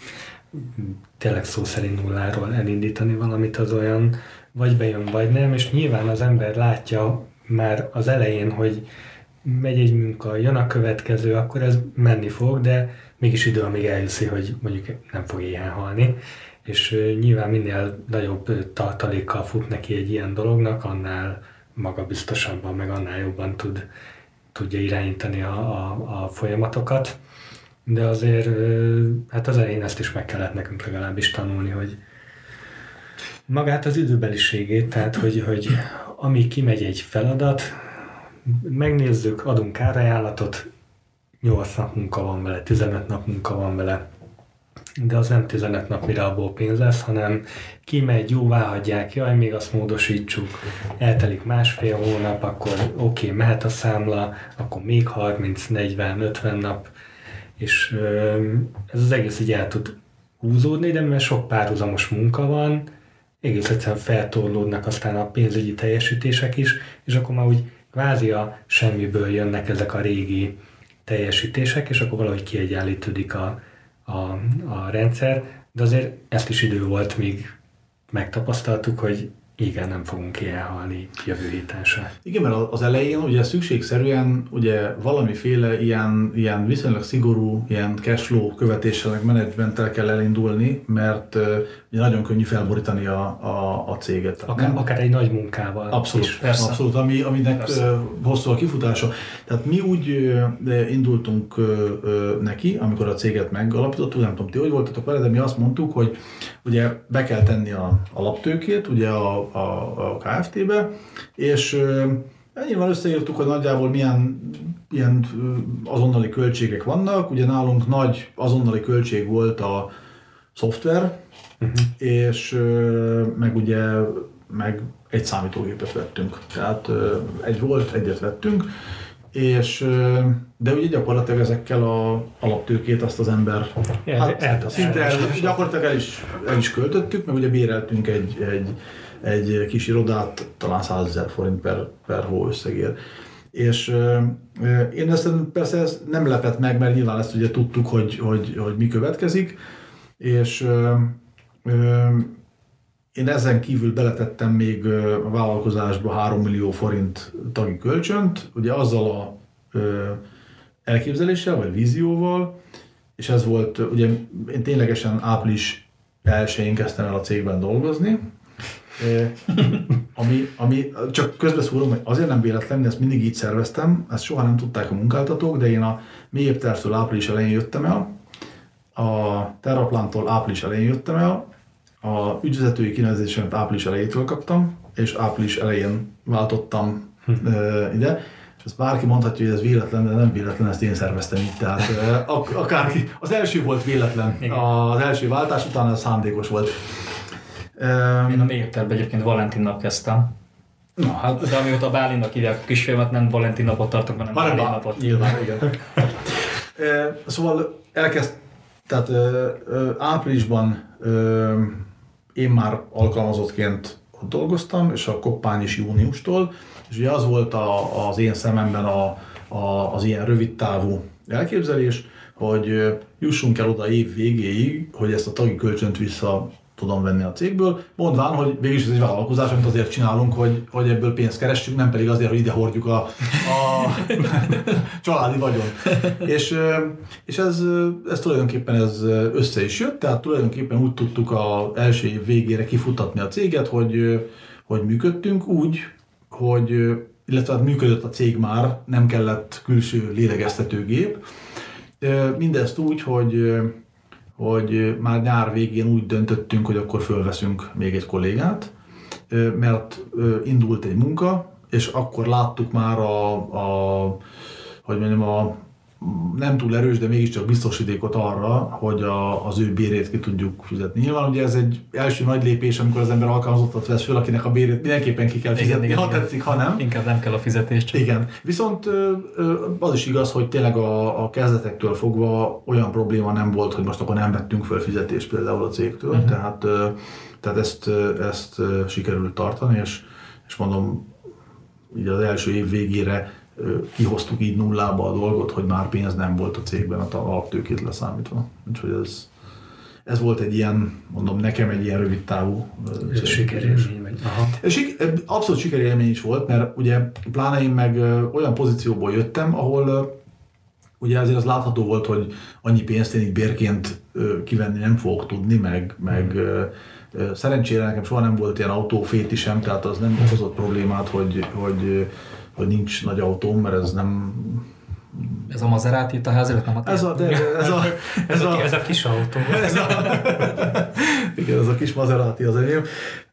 tényleg szó szerint nulláról elindítani valamit az olyan, vagy bejön, vagy nem, és nyilván az ember látja már az elején, hogy megy egy munka, jön a következő, akkor ez menni fog, de mégis idő, amíg eljuszi, hogy mondjuk nem fog éhen halni, és nyilván minél nagyobb tartalékkal fut neki egy ilyen dolognak, annál magabiztosabban, meg annál jobban tud, tudja irányítani a, a, a folyamatokat. De azért hát az elején ezt is meg kellett nekünk legalábbis tanulni, hogy magát az időbeliségét, tehát hogy, hogy ami kimegy egy feladat, megnézzük, adunk árajánlatot, nyolc nap munka van vele, tizenöt nap munka van vele, de az nem tizenöt nap, mire abból pénz lesz, hanem kimegy, jóvá hagyják, jaj, még azt módosítsuk, eltelik másfél hónap, akkor oké, okay, mehet a számla, akkor még harminc, negyven, ötven nap, és ez az egész így el tud húzódni, de mivel sok párhuzamos munka van, egész egyszerűen feltorlódnak aztán a pénzügyi teljesítések is, és akkor már úgy kvázi a semmiből jönnek ezek a régi teljesítések, és akkor valahogy kiegyenlítődik a, a, a rendszer, de azért ezt is idő volt, míg megtapasztaltuk, hogy igen, nem fogunk elhalni jövő héten se. Igen, mert az elején ugye szükségszerűen ugye valamiféle ilyen, ilyen viszonylag szigorú, ilyen cashflow követéssel, menedzsmenttel kell elindulni, mert uh, ugye nagyon könnyű felborítani a, a, a céget. Akár, nem? akár egy nagy munkával. Abszolút, is. persze. Abszolút, ami, aminek persze. hosszú a kifutása. Tehát mi úgy uh, indultunk uh, uh, neki, amikor a céget megalapítottuk, nem tudom, ti hogy voltatok vele, de mi azt mondtuk, hogy ugye be kell tenni a alaptőkét, ugye a a, a ká ef té-be, és e, nyilván összeírtuk, hogy nagyjából milyen ilyen azonnali költségek vannak. Ugye nálunk nagy azonnali költség volt a szoftver, uh-huh. és e, meg ugye meg egy számítógépet vettünk. Tehát e, egy volt, egyet vettünk, és e, de ugye gyakorlatilag ezekkel a alaptőkét azt az ember el, hát, el, szinte el, el, gyakorlatilag el is, el is költöttük, meg ugye béreltünk egy, egy egy kis irodát, talán százezer forint per, per hó összegér. És euh, én ezt persze ez nem lepett meg, mert nyilván ezt ugye tudtuk, hogy, hogy, hogy mi következik, és euh, euh, én ezen kívül beletettem még a vállalkozásba három millió forint tagi kölcsönt, ugye azzal a euh, elképzeléssel, vagy vízióval, és ez volt, ugye én ténylegesen április elsején kezdtem el a cégben dolgozni, ami, ami csak közbeszúrom, hogy azért nem véletlen, ezt mindig így szerveztem, ezt soha nem tudták a munkáltatók, de én a mélyebb tervtől április elején jöttem el, a Terraplántól április elején jöttem el, a ügyvezetői kinevezésemet április elejétől kaptam, és április elején váltottam hm. ide. És ezt bárki mondhatja, hogy ez véletlen, de nem véletlen, ezt én szerveztem így. Tehát akárki, az első volt véletlen, igen. Az első váltás után ez szándékos volt. Én a mélyebb tervben egyébként Valentin nap kezdtem. Na, hát... De amióta a Bálinnak hívják a kisfilmet, nem Valentin napot tartok, hanem Bálin bá... napot. Nyilván, igen. Szóval elkezd, tehát áprilisban én már alkalmazottként ott dolgoztam, és a Koppány is júniustól, és ugye az volt a, az én szememben a, a, az ilyen rövid távú elképzelés, hogy jussunk el oda év végéig, hogy ezt a tagi kölcsönt vissza tudom venni a cégből, mondván, hogy végülis ez egy vállalkozás, amit azért csinálunk, hogy, hogy ebből pénzt keressünk, nem pedig azért, hogy ide hordjuk a, a családi vagyon. És, és ez, ez tulajdonképpen ez össze is jött, tehát tulajdonképpen úgy tudtuk az első év végére kifutatni a céget, hogy, hogy működtünk úgy, hogy, illetve működött a cég már, nem kellett külső lélegeztetőgép. Mindezt úgy, hogy hogy már nyár végén úgy döntöttünk, hogy akkor fölveszünk még egy kollégát, mert indult egy munka, és akkor láttuk már a, a hogy mondjam, a nem túl erős, de mégiscsak biztosítékot arra, hogy a, az ő bérét ki tudjuk fizetni. Nyilván ugye ez egy első nagy lépés, amikor az ember alkalmazottat vesz föl, akinek a bérét mindenképpen ki kell fizetni, igen, ha igen. tetszik, ha nem. Inkább nem kell a fizetés csak. Igen. Viszont az is igaz, hogy tényleg a, a kezdetektől fogva olyan probléma nem volt, hogy most akkor nem vettünk föl fizetést például a cégtől. Uh-huh. Tehát, tehát ezt, ezt sikerült tartani, és, és mondom, így az első év végére kihoztuk így nullába a dolgot, hogy már pénz nem volt a cégben a alaptőkét leszámítva. Úgyhogy ez, ez volt egy ilyen, mondom, nekem egy ilyen rövid távú sikerélmény. Abszolút sikerélmény is volt, mert ugye pláne én meg olyan pozícióból jöttem, ahol ugye azért az látható volt, hogy annyi pénzt én így bérként kivenni nem fogok tudni, meg, meg mm. szerencsére nekem soha nem volt ilyen autófétisem, tehát az nem okozott problémát, hogy, hogy, hogy nincs nagy autóm, mert ez nem... Ez a Maserati itt a ház előtt nem a ez a, de, ez, a, ez, a, a, ez a kis autó. Ez a, igen, ez a kis Maserati az enyém.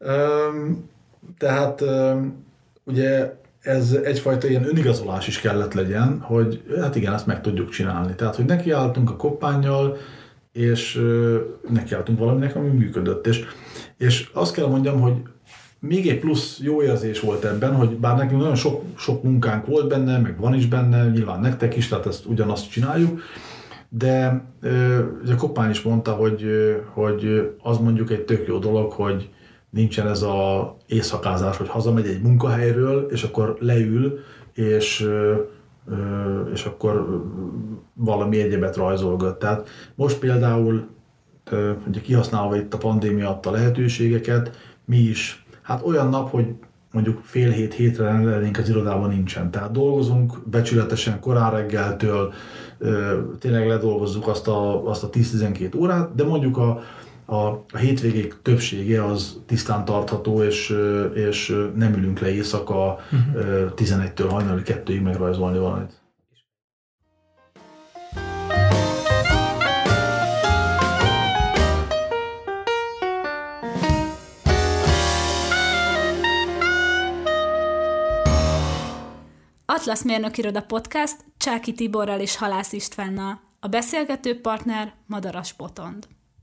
Tehát ugye ez egyfajta ilyen önigazolás is kellett legyen, hogy hát igen, ezt meg tudjuk csinálni. Tehát, hogy nekiálltunk a koppánnyal, és nekiálltunk valaminek, ami működött. És, és azt kell mondjam, hogy még egy plusz jó érzés volt ebben, hogy bár nekünk nagyon sok, sok munkánk volt benne, meg van is benne, nyilván nektek is, tehát ezt ugyanazt csináljuk, de ugye Koppány is mondta, hogy, hogy az mondjuk egy tök jó dolog, hogy nincsen ez az éjszakázás, hogy hazamegy egy munkahelyről, és akkor leül, és, és akkor valami egyebet rajzolgat. Tehát most például, ugye kihasználva itt a pandémia adta lehetőségeket, mi is, hát olyan nap, hogy mondjuk fél hét, hétre lennénk az irodában nincsen. Tehát dolgozunk becsületesen korán reggeltől, tényleg ledolgozzuk azt a, azt a tíz-tizenkét órát, de mondjuk a A, a hétvégék többsége az tisztán tartható, és, és nem ülünk le éjszaka uh-huh. tizenegytől hajnali kettőig megrajzolni valamit. Atlasz Mérnökiroda Podcast Csáky Tiborral és Halász Istvánnal. A beszélgető partner Madaras Botond.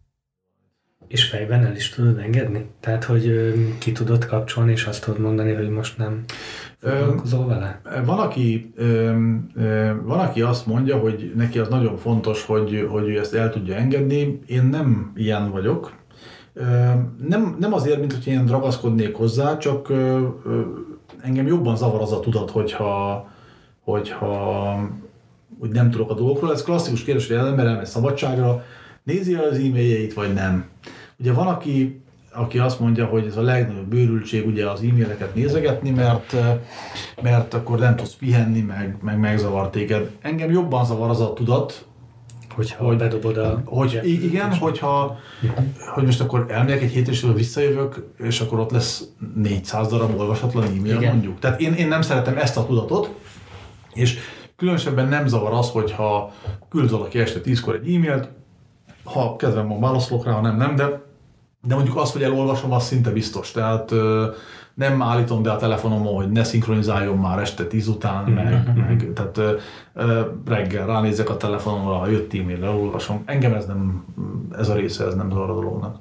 És fejben el is tudod engedni? Tehát, hogy ö, ki tudod kapcsolni, és azt tudod mondani, hogy most nem foglalkozol vele? Van aki, ö, ö, van, aki azt mondja, hogy neki az nagyon fontos, hogy, hogy ő ezt el tudja engedni. Én nem ilyen vagyok. Ö, nem, nem azért, mint hogy én ragaszkodnék hozzá, csak ö, ö, engem jobban zavar az a tudat, hogyha, hogyha úgy nem tudok a dolgokról. Ez klasszikus kérdés, hogy az ember elmegy szabadságra, nézi el az e-mailjeit, vagy nem. Ugye van, aki, aki azt mondja, hogy ez a legnagyobb bőrültség ugye az e-maileket nézegetni, mert, mert akkor nem tudsz pihenni, meg, meg megzavar téged. Engem jobban zavar az a tudat, hogyha hogy, bedobod a... Hogy, igen, hogyha hogy most akkor elmegyek egy hét, és visszajövök, és akkor ott lesz négyszáz darab olvasatlan e-mail, igen. mondjuk. Tehát én, én nem szeretem ezt a tudatot, és különösebben nem zavar az, hogyha küld valaki este tízkor egy e-mailt, ha kedvem van, válaszolok rá, ha nem, nem, de, de mondjuk az, hogy elolvasom, az szinte biztos. Tehát ö, nem állítom be a telefonomon, hogy ne szinkronizáljon már este tíz után, mm-hmm. meg, meg tehát ö, ö, reggel ránézek a telefonomra, ha jött e-mail, elolvasom. Engem ez nem, ez a része, ez nem zavar a dolognak.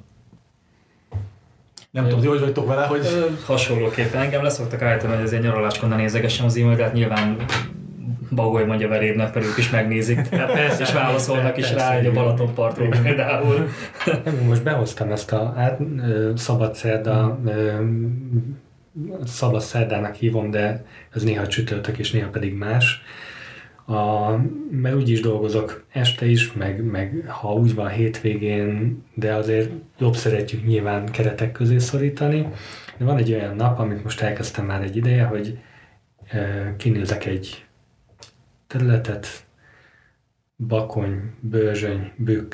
Nem tudom, ti hogy vagytok vele, hogy... Hasonlóképpen engem leszoktak állítani, hogy azért nyaraláskor ne nézegessem az e-mailt, de hát nyilván Bagoly mondja verédnek, mert ők is megnézik, persze, és válaszolnak is rá, hogy a Balatonpartról például. Most behoztam ezt a át, szabad szerda, szabad szerdának hívom, de ez néha csütörtök és néha pedig más. A, mert úgy is dolgozok este is, meg, meg ha úgy van hétvégén, de azért jobb szeretjük nyilván keretek közé szorítani. De van egy olyan nap, amit most elkezdtem már egy ideje, hogy kinézek egy területet, Bakony, Börzsöny, Bükk,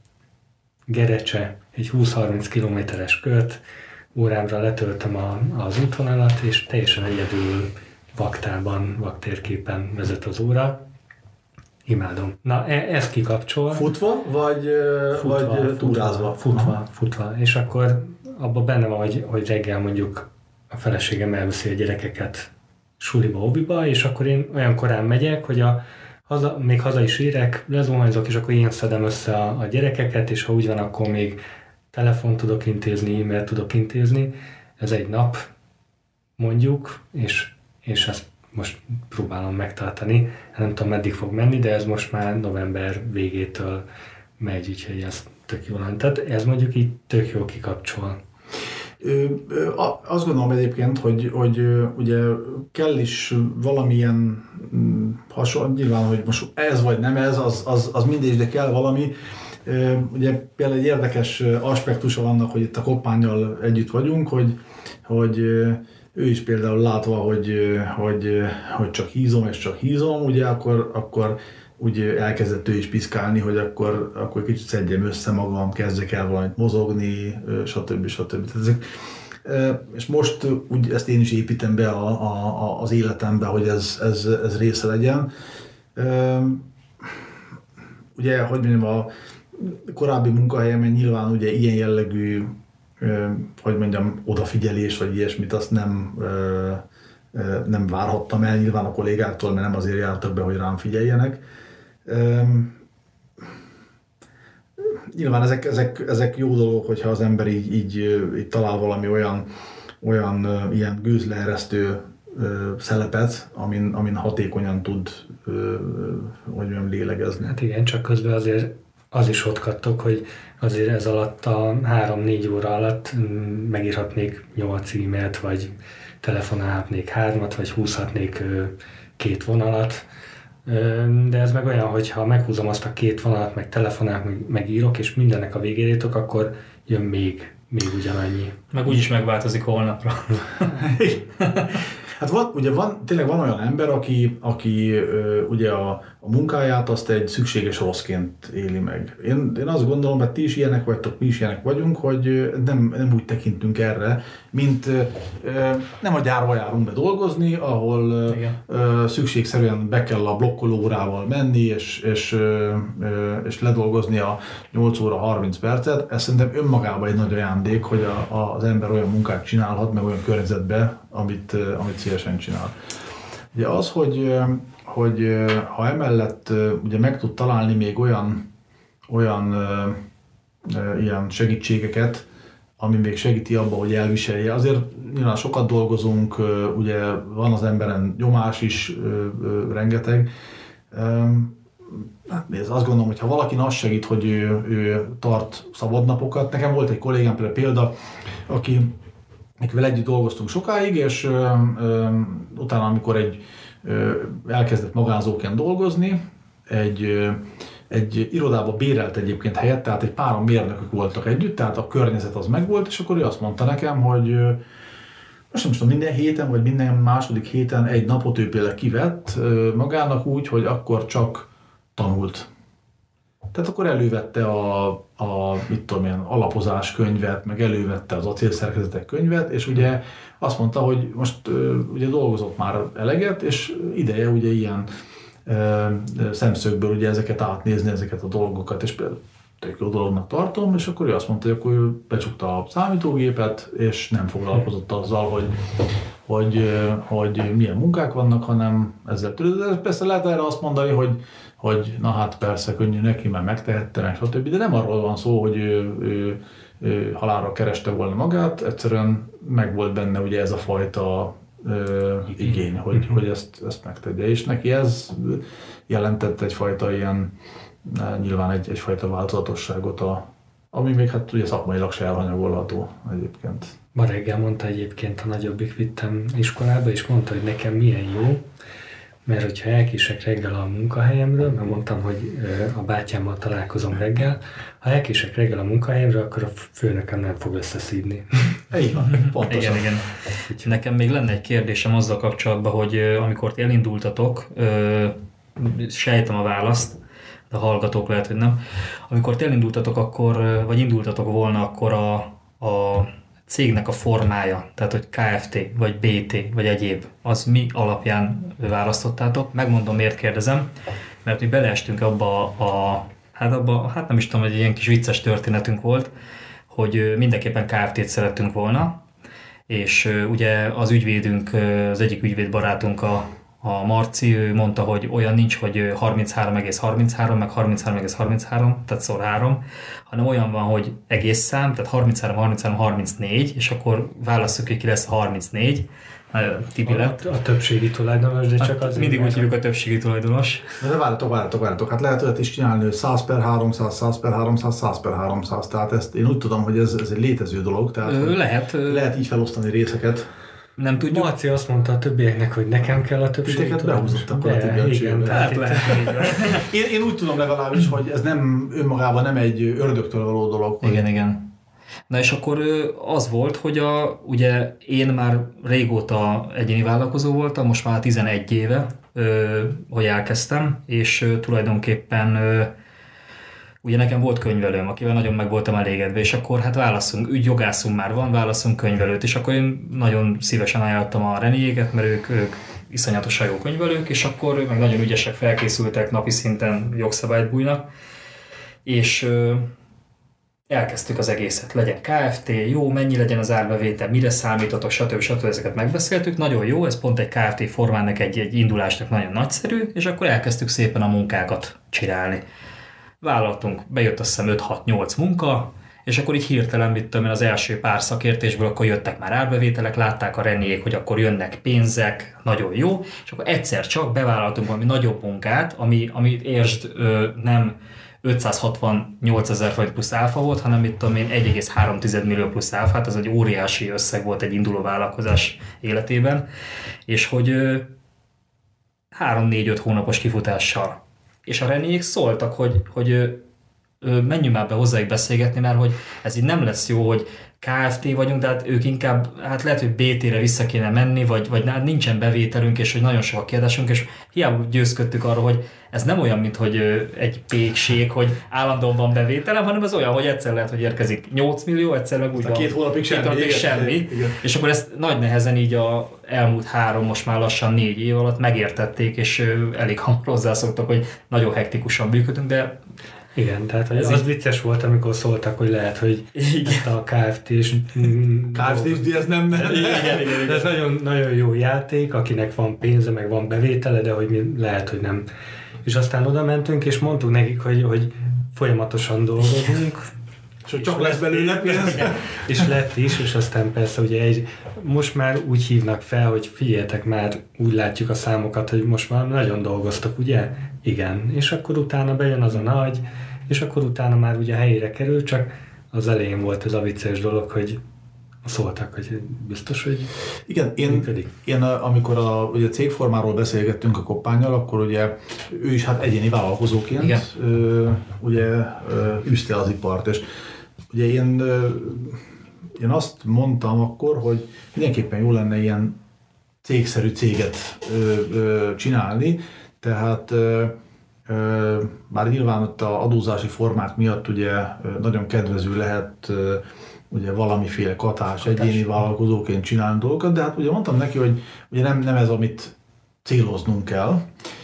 Gerecse, egy húsz-harminc kilométeres kört, órámra letöltöm a, az útvonalat, és teljesen egyedül vaktában, vaktérképen vezet az óra. Imádom. Na, e, ez kikapcsol. Futva, vagy, futva, vagy túrázva? Futva, futva, futva. És akkor abban benne van, hogy, hogy reggel mondjuk a feleségem elviszi a gyerekeket suliba, hobbiba, és akkor én olyan korán megyek, hogy a, haza, még haza is érek, lezuhanyzok, és akkor én szedem össze a, a gyerekeket, és ha úgy van, akkor még telefon tudok intézni, e-mailt tudok intézni. Ez egy nap, mondjuk, és, és ezt most próbálom megtartani. Nem tudom, meddig fog menni, de ez most már november végétől megy, úgyhogy ez tök jól. Tehát ez mondjuk így tök jól kikapcsol. Azt gondolom egyébként, hogy, hogy ugye kell is valamilyen hasonló, nyilván, hogy most ez vagy nem ez, az, az, az mindegy, de kell valami. Ugye például egy érdekes aspektusa vannak, hogy itt a Koppánnyal együtt vagyunk, hogy, hogy ő is például látva, hogy, hogy, hogy csak hízom és csak hízom, ugye akkor, akkor úgy elkezdett ő is piszkálni, hogy akkor, akkor kicsit szedjem össze magam, kezdjek el valamit mozogni, stb. stb. Ezek, és most úgy ezt én is építem be a, a, az életembe, hogy ez, ez, ez része legyen. Ugye, hogy mondjam, a korábbi munkahelyemen nyilván ugye ilyen jellegű, hogy mondjam, odafigyelés vagy ilyesmit, azt nem, nem várhattam el nyilván a kollégáktól, mert nem azért jártak be, hogy rám figyeljenek. Nyilván ezek, ezek, ezek jó dolgok, hogyha az ember így, így, így talál valami olyan, olyan ilyen gőzleeresztő szelepet, amin, amin hatékonyan tud, hogy mondjam, lélegezni. Hát igen, csak közben azért az is ott kattog, hogy azért ez alatt a három-négy óra alatt megírhatnék nyolc e-mailt, vagy telefonálhatnék hármat, vagy húzhatnék két vonalat. De ez meg olyan, hogy ha meghúzom azt a két vonalat, meg telefonálok, meg, meg írok, és mindennek a végére jutok, akkor jön még, még ugyanannyi. Meg úgyis megváltozik holnapra. Hát van, ugye van, tényleg van olyan ember, aki, aki ö, ugye a, a munkáját azt egy szükséges rosszként éli meg. Én, én azt gondolom, hogy ti is ilyenek vagytok, mi is ilyenek vagyunk, hogy nem, nem úgy tekintünk erre, mint ö, nem a gyárba járunk be dolgozni, ahol ö, szükségszerűen be kell a blokkolórával menni, és, és, ö, és ledolgozni a nyolc óra harminc percet. Ez szerintem önmagában egy nagy ajándék, hogy a, a, az ember olyan munkát csinálhat, meg olyan környezetben, amit, amit szívesen csinál. Ugye az, hogy, hogy ha emellett ugye meg tud találni még olyan, olyan ilyen segítségeket, ami még segíti abba, hogy elviselje. Azért nyilván sokat dolgozunk, ugye van az emberen nyomás is rengeteg. Hát nézd, azt gondolom, hogy ha valakin az segít, hogy ő, ő tart szabadnapokat. Nekem volt egy kollégám például példa, aki akivel együtt dolgoztunk sokáig, és ö, ö, utána, amikor egy ö, elkezdett magánzóként dolgozni, egy, ö, egy irodába bérelt egyébként helyet, tehát egy páran mérnökök voltak együtt, tehát a környezet az megvolt, és akkor ő azt mondta nekem, hogy ö, most nem tudom, minden héten, vagy minden második héten egy napot ő például kivett ö, magának úgy, hogy akkor csak tanult. Tehát akkor elővette a, a mit tudom én, alapozás könyvet, meg elővette az acélszerkezetek könyvet, és ugye azt mondta, hogy most ugye dolgozott már eleget, és ideje ugye ilyen ö, szemszögből ugye ezeket átnézni, ezeket a dolgokat, és például tök jó dolognak tartom, és akkor ő azt mondta, hogy akkor ő becsukta a számítógépet, és nem foglalkozott azzal, hogy, hogy, hogy milyen munkák vannak, hanem ezzel tudod. Persze lehet erre azt mondani, hogy hogy na hát persze könnyű neki, mert megtehette, meg stb. De nem arról van szó, hogy ő, ő, ő halálra kereste volna magát, egyszerűen meg volt benne ugye ez a fajta ö, igény, hogy, hogy ezt, ezt megtegye. És neki ez jelentett egyfajta ilyen, nyilván egy, egyfajta változatosságot, a, ami még hát ugye szakmailag se elhanyagolható egyébként. Ma reggel mondta egyébként, a nagyobbik vittem iskolába, és mondta, hogy nekem milyen jó, mert hogyha elkések reggel a munkahelyemről, mert mondtam, hogy a bátyámmal találkozom reggel, ha elkések reggel a munkahelyemről, akkor a főnökem nem fog összeszídni. Így van, pontosan. Igen, igen. Nekem még lenne egy kérdésem azzal kapcsolatban, hogy amikor ti elindultatok, sejtem a választ, de a hallgatók lehet, hogy nem. Amikor ti elindultatok, akkor, vagy indultatok volna, akkor a, a cégnek a formája, tehát hogy Kft. Vagy bé té, vagy egyéb, az mi alapján választottátok? Megmondom, miért kérdezem, mert mi beleestünk abba a, hát abba, hát nem is tudom, hogy egy ilyen kis vicces történetünk volt, hogy mindenképpen Kft-t szerettünk volna, és ugye az ügyvédünk, az egyik ügyvédbarátunk a, a Marci, ő mondta, hogy olyan nincs, hogy harminchárom egész harminchárom, meg harminchárom egész harminchárom, tehát szor három, hanem olyan van, hogy egész szám, tehát harminchárom, harminchárom, harmincnégy, és akkor válasszuk, hogy ki lesz a harmincnégy. Tibi lett. A, a többségi tulajdonos, de csak az... Mindig úgy hívjuk a többségi tulajdonos. De várjatok, várjatok, várjatok. Hát lehet olyat is csinálni, hogy száz per háromszáz, száz per háromszáz, száz per háromszáz. Tehát ezt én úgy tudom, hogy ez, ez egy létező dolog. Tehát Ö, lehet. Lehet így felosztani részeket. Nem tudjuk. Marci azt mondta a többieknek, hogy nekem kell a többségi Titeket behúzottak a de, igen, tehát lehet. én, én úgy tudom legalábbis, hogy ez nem önmagában nem egy ördögtől való dolog. Igen, igen. Na és akkor az volt, hogy a, ugye én már régóta egyéni vállalkozó voltam, most már tizenegy éve, hogy elkezdtem, és tulajdonképpen ugye nekem volt könyvelőm, akivel nagyon meg voltam elégedve, és akkor hát válaszunk, ügyjogászunk már van, válaszunk könyvelőt, és akkor én nagyon szívesen ajánlottam a Reniéket, mert ők, ők iszonyatosan jó könyvelők, és akkor meg nagyon ügyesek, felkészültek, napi szinten jogszabályt bújnak, és elkezdtük az egészet, legyen Kft., jó, mennyi legyen az árbevétel, mire számítatok, stb. stb. Ezeket megbeszéltük, nagyon jó, ez pont egy Kft. Formának egy, egy indulásnak nagyon nagyszerű, és akkor elkezdtük szépen a munkákat csinálni. Vállaltunk, bejött azt hiszem öt hat nyolc munka, és akkor így hirtelen vittem én az első pár szakértésből, akkor jöttek már árbevételek, látták a Reniék, hogy akkor jönnek pénzek, nagyon jó, és akkor egyszer csak bevállaltunk valami nagyobb munkát, ami, ami értsd nem ötszázhatvannyolcezer forint plusz áfa volt, hanem mit tudom én egy egész három millió plusz áfa, hát ez egy óriási összeg volt egy induló vállalkozás életében, és hogy három négy öt hónapos kifutással. És a Reniék szóltak, hogy, hogy menjünk már be hozzájuk beszélgetni, mert hogy ez így nem lesz jó, hogy Kft. Vagyunk, de hát ők inkább, hát lehet, hogy bé té-re vissza kéne menni, vagy, vagy hát nincsen bevételünk, és hogy nagyon sok a kiadásunk, és hiába győzködtük arra, hogy ez nem olyan, mint hogy egy pékség, hogy állandóan van bevételem, hanem ez olyan, hogy egyszer lehet, hogy érkezik nyolc millió, egyszer meg úgy van. Két hónapig semmi. Két hónapig semmi. Igen. És akkor ezt nagy nehezen így a elmúlt három, most már lassan négy év alatt megértették, és elég hamar hozzászoktak, hogy nagyon hektikusan működünk, de igen, tehát az így... vicces volt, amikor szóltak, hogy lehet, hogy ezt a Kft-s... Kft-s, de ez nem... nem. Igen, igen, igen. Ez nagyon, nagyon jó játék, akinek van pénze, meg van bevétele, de hogy mi lehet, hogy nem. És aztán oda mentünk, és mondtuk nekik, hogy, hogy folyamatosan dolgozunk. És hogy csak lesz belőle pénz. És lett is, és aztán persze ugye egy, most már úgy hívnak fel, hogy figyeljetek már, úgy látjuk a számokat, hogy most már nagyon dolgoztak, ugye? Igen. És akkor utána bejön az a nagy, és akkor utána már ugye helyére kerül, csak az elején volt ez a vicces dolog, hogy szóltak, hogy biztos, hogy igen, én, működik. Én amikor a, ugye a cégformáról beszélgettünk a Koppánnyal, akkor ugye ő is hát egyéni vállalkozóként ö, ugye ö, üzte az ipart, és ugye én, ö, én azt mondtam akkor, hogy mindenképpen jó lenne ilyen cégszerű céget ö, ö, csinálni, tehát ö, ö, bár nyilván ott a adózási formák miatt ugye nagyon kedvező lehet ö, ugye valamiféle katás, katás, egyéni vállalkozóként csinálni dolgokat, de hát ugye mondtam neki, hogy ugye nem, nem ez, amit céloznunk kell.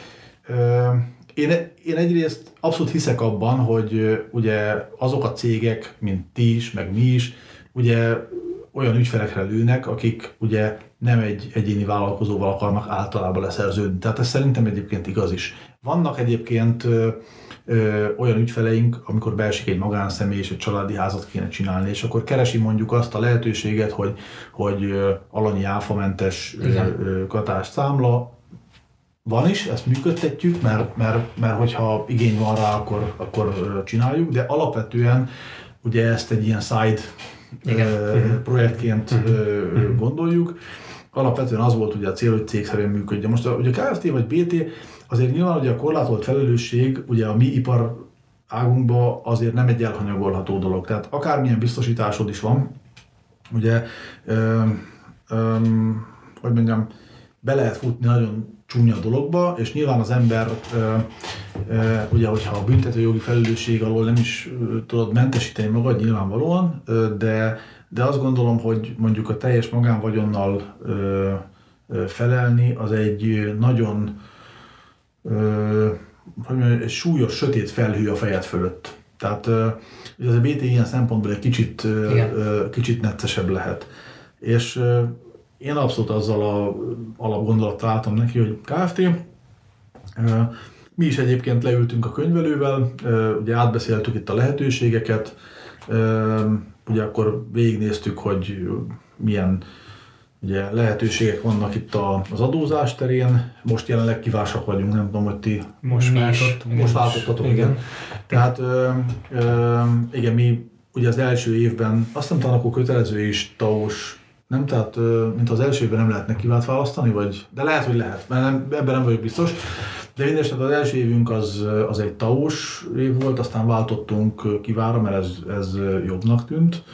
Én, én egyrészt abszolút hiszek abban, hogy ugye azok a cégek, mint ti is, meg mi is, ugye olyan ügyfelekre lőnek, akik ugye nem egy egyéni vállalkozóval akarnak általában leszerződni. Tehát ez szerintem egyébként igaz is. Vannak egyébként Ö, olyan ügyfeleink, amikor beesik egy magánszemély és egy családi házat kéne csinálni, és akkor keresi mondjuk azt a lehetőséget, hogy, hogy ö, alanyi áfamentes ö, ö, katás számla. Van is, ezt működtetjük, mert, mert, mert hogyha igény van rá, akkor, akkor csináljuk, de alapvetően ugye ezt egy ilyen side ö, projektként ö, gondoljuk. Alapvetően az volt ugye a cél, hogy cégszerűen működjön. Most ugye Kft. Vagy bé té azért nyilván ugye a korlátolt felelősség ugye a mi ipar águnkban azért nem egy elhanyagolható dolog. Tehát akármilyen biztosításod is van, ugye, ö, ö, hogy mondjam, be lehet futni nagyon csúnya dologba, és nyilván az ember, ö, ö, ugye, hogyha a büntetőjogi felelősség alól nem is ö, tudod mentesíteni magad nyilvánvalóan, ö, de, de azt gondolom, hogy mondjuk a teljes magánvagyonnal ö, ö, felelni, az egy nagyon Ö, hogy mondjam, egy súlyos, sötét felhő a fejed fölött. Tehát ugye az a bé té ilyen szempontból egy kicsit, ö, kicsit neccesebb lehet. És ö, én abszolút azzal a alapgondolattal álltam neki, hogy Kft. Mi is egyébként leültünk a könyvelővel, ugye átbeszéltük itt a lehetőségeket, ugye akkor végignéztük, hogy milyen ugye, lehetőségek vannak itt az adózás terén. Most jelenleg kiválsak vagyunk, nem tudom, hogy ti most váltott, most váltottatok, igen. igen. Tehát ö, ö, igen, mi ugye az első évben, azt nem talán akkor kötelező is tavos, nem? Tehát, mint az első évben nem lehetne kivált választani, vagy? De lehet, hogy lehet, mert nem, ebben nem vagyok biztos. De mindesetre az első évünk az, az egy tavos év volt, aztán váltottunk kivára, mert ez, ez jobbnak tűnt.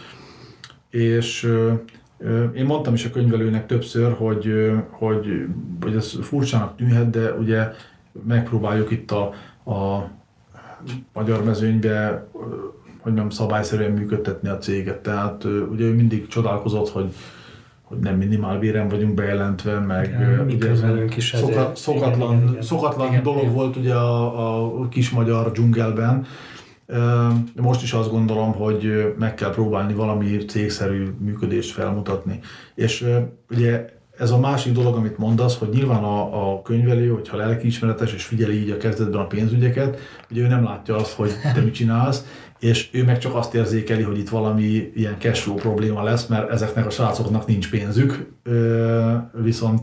És én mondtam is a könyvelőnek többször, hogy, hogy, hogy ez furcsának tűnhet, de ugye megpróbáljuk itt a, a magyar mezőnybe, hogy nem szabályszerűen működtetni a céget. Tehát ugye ő mindig csodálkozott, hogy hogy nem minimálbéren vagyunk bejelentve, meg igen, ugye is szoka, szokatlan, igen, igen, szokatlan igen, dolog igen. volt ugye a, a kis magyar dzsungelben. Most is azt gondolom, hogy meg kell próbálni valami cégszerű működést felmutatni. És ugye ez a másik dolog, amit mondasz, hogy nyilván a, a könyvelő, hogyha lelkiismeretes és figyeli így a kezdetben a pénzügyeket, ugye ő nem látja azt, hogy te mit csinálsz, és ő meg csak azt érzékeli, hogy itt valami ilyen cashflow probléma lesz, mert ezeknek a srácoknak nincs pénzük, viszont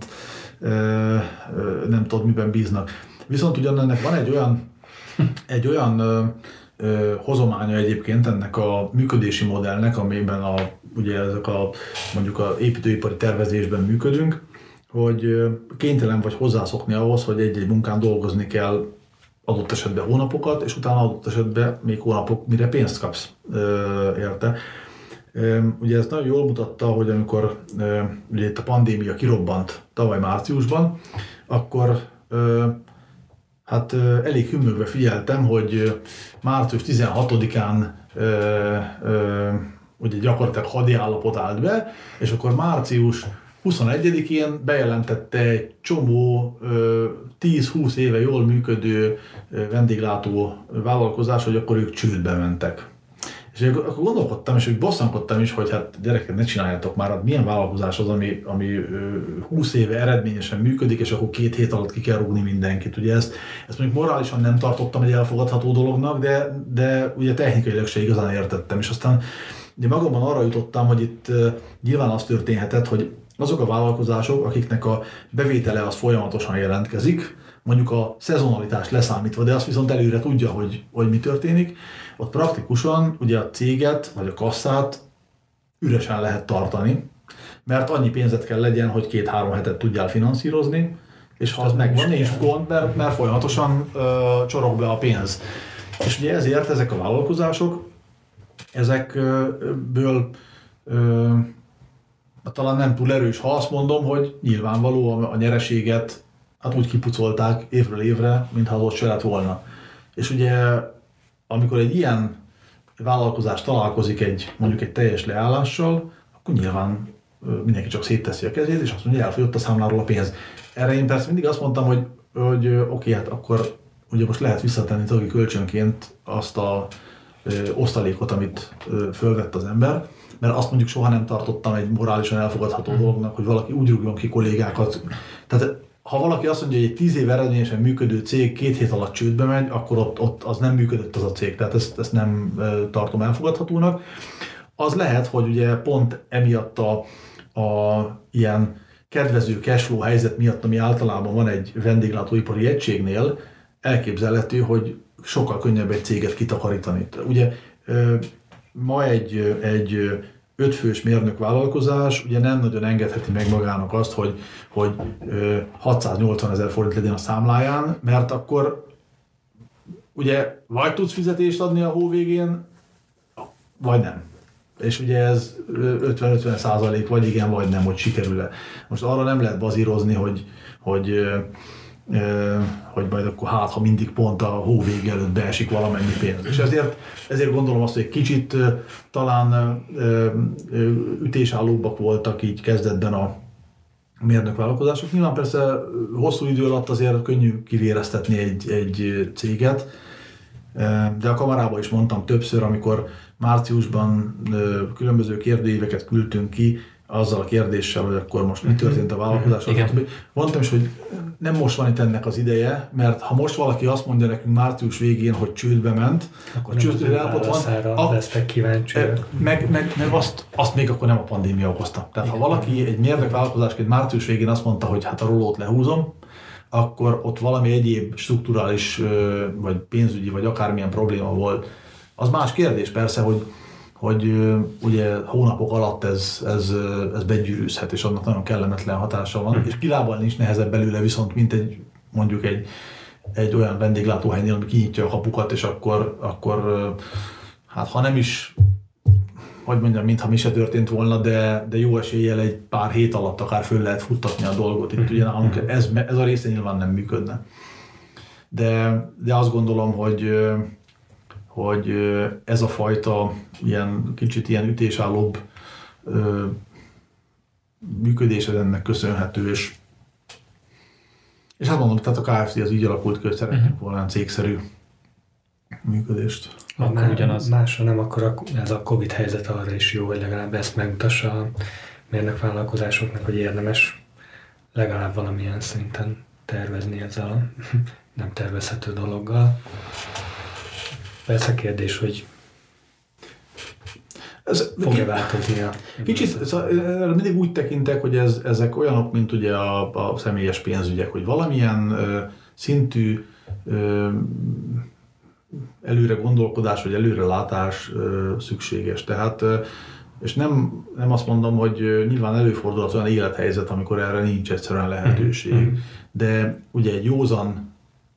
nem tudod, miben bíznak. Viszont ugyanennek van egy olyan, egy olyan hozománya egyébként ennek a működési modellnek, amiben a, ugye ezek a, mondjuk az építőipari tervezésben működünk, hogy kénytelen vagy hozzászokni ahhoz, hogy egy-egy munkán dolgozni kell adott esetben hónapokat, és utána adott esetben még hónapok, mire pénzt kapsz érte. Ugye ezt nagyon jól mutatta, hogy amikor ugye itt a pandémia kirobbant tavaly márciusban, akkor hát elég hümmögve figyeltem, hogy március tizenhatodikán ugye gyakorlatilag hadiállapot állt be, és akkor március huszonegyedikén bejelentette egy csomó tíz-húsz éve jól működő vendéglátó vállalkozás, hogy akkor ők csődbe mentek. És akkor gondolkodtam, és hogy bosszankodtam is, hogy hát gyerekek, ne csináljátok már, hát milyen vállalkozás az, ami, ami húsz éve eredményesen működik, és akkor két hét alatt ki kell rúgni mindenkit. Ugye ezt, ezt mondjuk morálisan nem tartottam egy elfogadható dolognak, de, de ugye technikailag se igazán értettem. És aztán ugye magamban arra jutottam, hogy itt nyilván az történhetett, hogy azok a vállalkozások, akiknek a bevétele az folyamatosan jelentkezik, mondjuk a szezonalitást leszámítva, de azt viszont előre tudja, hogy, hogy mi történik, ott praktikusan ugye a céget vagy a kasszát üresen lehet tartani, mert annyi pénzet kell legyen, hogy két-három hetet tudjál finanszírozni, és ha az megvan, nincs gond, mert, mert folyamatosan uh, csorog be a pénz. És ugye ezért ezek a vállalkozások, ezekből uh, talán nem túl erős, ha azt mondom, hogy nyilvánvaló a nyereséget hát úgy kipucolták évről évre, mintha az ott se lett volna. És ugye amikor egy ilyen vállalkozás találkozik egy mondjuk egy teljes leállással, akkor nyilván mindenki csak szétteszi a kezét, és azt mondja, hogy elfogyott a számláról a pénz. Erre én persze mindig azt mondtam, hogy, hogy oké, okay, hát akkor ugye most lehet visszatenni tagi kölcsönként azt a ö, osztalékot, amit ö, fölvett az ember, mert azt mondjuk soha nem tartottam egy morálisan elfogadható dolognak, hogy valaki úgy rúgjon ki kollégákat. Tehát ha valaki azt mondja, hogy egy tíz év eredményesen működő cég két hét alatt csődbe megy, akkor ott, ott az nem működött az a cég, tehát ezt, ezt nem tartom elfogadhatónak. Az lehet, hogy ugye pont emiatt a, a ilyen kedvező cashflow helyzet miatt, ami általában van egy vendéglátóipari egységnél, elképzelhető, hogy sokkal könnyebb egy céget kitakarítani. Ugye ma egy, egy ötfős mérnök vállalkozás ugye nem nagyon engedheti meg magának azt, hogy, hogy hatszáznyolcvan ezer forint legyen a számláján, mert akkor ugye vagy tudsz fizetést adni a hó végén, vagy nem. És ugye ez ötven-ötven százalék vagy igen, vagy nem, hogy sikerül-e. Most arra nem lehet bazírozni, hogy, hogy hogy majd akkor hát, ha mindig pont a hó vége előtt beesik valamennyi pénz. És ezért, ezért gondolom azt, hogy egy kicsit talán ütésállóbbak voltak így kezdetben a mérnökvállalkozások. Nyilván persze hosszú idő alatt azért könnyű kivéreztetni egy, egy céget, de a kamarában is mondtam többször, amikor márciusban különböző kérdőíveket küldtünk ki, azzal a kérdéssel, hogy akkor most mi történt a vállalkozással. Mondtam is, hogy nem most van itt ennek az ideje, mert ha most valaki azt mondja nekünk március végén, hogy csődbe ment, akkor a csődbe van, lesztek kíváncsiak. Meg, meg, meg azt, azt még akkor nem a pandémia okozta. Tehát igen. Ha valaki egy mérnök vállalkozásként március végén azt mondta, hogy hát a rolót lehúzom, akkor ott valami egyéb strukturális, vagy pénzügyi, vagy akármilyen probléma volt. Az más kérdés persze, hogy hogy ugye hónapok alatt ez, ez, ez begyűrűzhet, és annak nagyon kellemetlen hatása van, és kilábalni is nehezebb belőle viszont, mint egy mondjuk egy, egy olyan vendéglátóhelynél, ami kinyitja a kapukat, és akkor, akkor hát ha nem is, hogy mondjam, mintha mi se történt volna, de, de jó eséllyel egy pár hét alatt akár föl lehet futtatni a dolgot. Itt ugye nálunk ez, ez a része nyilván nem működne. De, de azt gondolom, hogy hogy ez a fajta ilyen, kicsit ilyen ütésállóbb ö, működés ennek köszönhető, és, és hát mondom, tehát a ká ef té az így alakult, hogy szeretnénk volna cégszerű működést. Akkor ugyanaz. Másra nem, akkor ez a Covid helyzet arra is jó, hogy legalább ezt megmutassa a mérnökvállalkozásoknak, hogy érdemes legalább valamilyen szinten tervezni ezzel a nem tervezhető dologgal. Persze kérdés, hogy ez fog-e változni a... Kicsit szóval, mindig úgy tekintek, hogy ez, ezek olyanok, mint ugye a, a személyes pénzügyek, hogy valamilyen ö, szintű ö, előre gondolkodás, vagy előre látás ö, szükséges. Tehát, ö, és nem, nem azt mondom, hogy nyilván előfordulhat olyan élethelyzet, amikor erre nincs egyszerűen lehetőség, mm-hmm. de ugye egy józan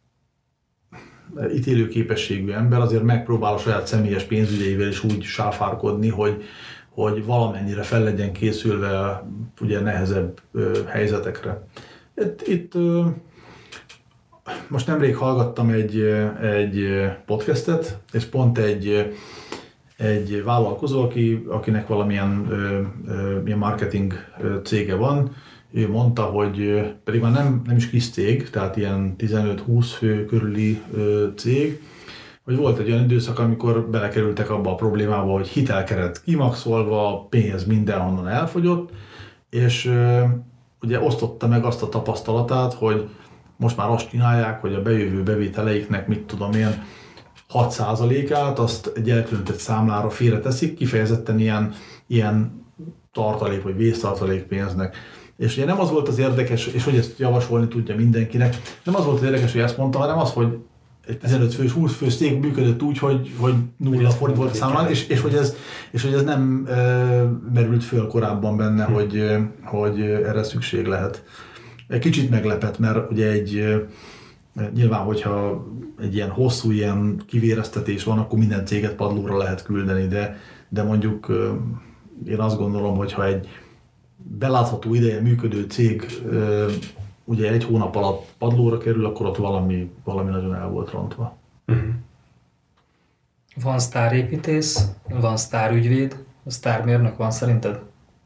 ítélőképességű ember azért megpróbál a saját személyes pénzügyeivel is úgy sáfárkodni, hogy, hogy valamennyire fel legyen készülve ugye nehezebb ö, helyzetekre. Itt, itt ö, most nemrég hallgattam egy, egy podcastet, és pont egy, egy vállalkozó, aki, akinek valamilyen ö, ö, ilyen marketing cége van, ő mondta, hogy pedig már nem, nem is kis cég, tehát ilyen tizenöt-húsz fő körüli ö, cég, hogy volt egy olyan időszak, amikor belekerültek abba a problémába, hogy hitelkeret kimaxolva, pénz mindenhonnan elfogyott, és ö, ugye osztotta meg azt a tapasztalatát, hogy most már azt csinálják, hogy a bejövő bevételeiknek, mit tudom én, hat százalékát azt egy elkülönített számlára félreteszik, kifejezetten ilyen, ilyen tartalék vagy vésztartalék pénznek. És ugye nem az volt az érdekes, és hogy ezt javasolni tudja mindenkinek, nem az volt az érdekes, hogy ezt mondta, hanem az, hogy egy tizenöt fős, húsz fős cég működött úgy, hogy, hogy nulla forint volt a számlán, és, és, hogy ez, és hogy ez nem e, merült föl korábban benne, hm. hogy, hogy erre szükség lehet. Egy kicsit meglepett, mert ugye egy, nyilván, hogyha egy ilyen hosszú ilyen kivéreztetés van, akkor minden céget padlóra lehet küldeni, de, de mondjuk én azt gondolom, hogy ha egy belátható ideje működő cég ugye egy hónap alatt padlóra kerül, akkor ott valami, valami nagyon el volt rontva. Uh-huh. Van sztárépítész, van sztárügyvéd, a sztármérnök van szerinted?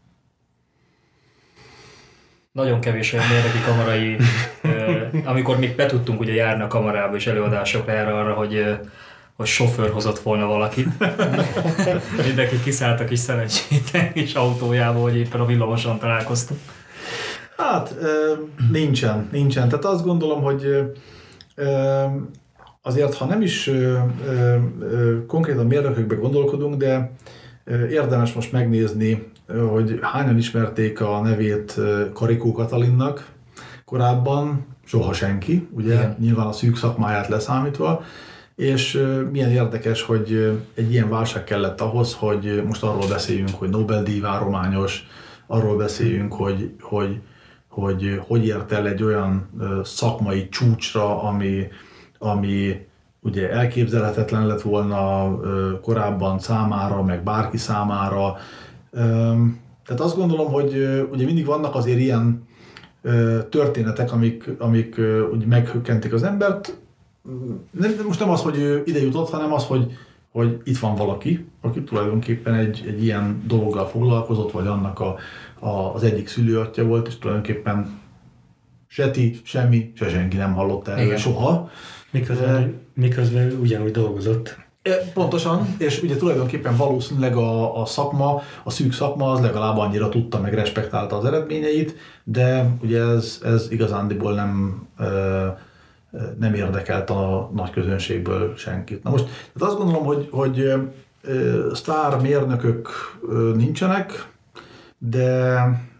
Nagyon kevés olyan mérnöki kamarai, amikor még be tudtunk ugye járni a kamarába és előadásokra erre arra, hogy, hogy sofőr hozott volna valakit. Mindenki kiszállt a kis szerencsétlen kis autójába, hogy éppen a villamoson találkoztunk. Hát nincsen, nincsen. Tehát azt gondolom, hogy azért, ha nem is konkrétan mérnökökbe gondolkodunk, de érdemes most megnézni, hogy hányan ismerték a nevét Karikó Katalinnak korábban, soha senki, ugye, igen. Nyilván a szűk szakmáját leszámítva, és milyen érdekes, hogy egy ilyen válság kellett ahhoz, hogy most arról beszéljünk, hogy Nobel-díj várományos, arról beszéljünk, hogy hogy, hogy hogy ért el egy olyan szakmai csúcsra, ami, ami ugye elképzelhetetlen lett volna korábban számára, meg bárki számára. Tehát azt gondolom, hogy ugye mindig vannak azért ilyen történetek, amik, amik úgy meghökkentik az embert. Most nem az, hogy ő ide jutott, hanem az, hogy, hogy itt van valaki, aki tulajdonképpen egy, egy ilyen dologgal foglalkozott, vagy annak a, a, az egyik szülőatja volt, és tulajdonképpen se ti, semmi, se senki nem hallott erről soha. Miközben, miközben ugyanúgy dolgozott Pontosan, és ugye tulajdonképpen valószínűleg a, a szakma, a szűk szakma az legalább annyira tudta, meg respektálta az eredményeit, de ugye ez, ez igazándiból nem, nem érdekelt a nagy közönségből senkit. Na most tehát azt gondolom, hogy, hogy sztár mérnökök nincsenek, de,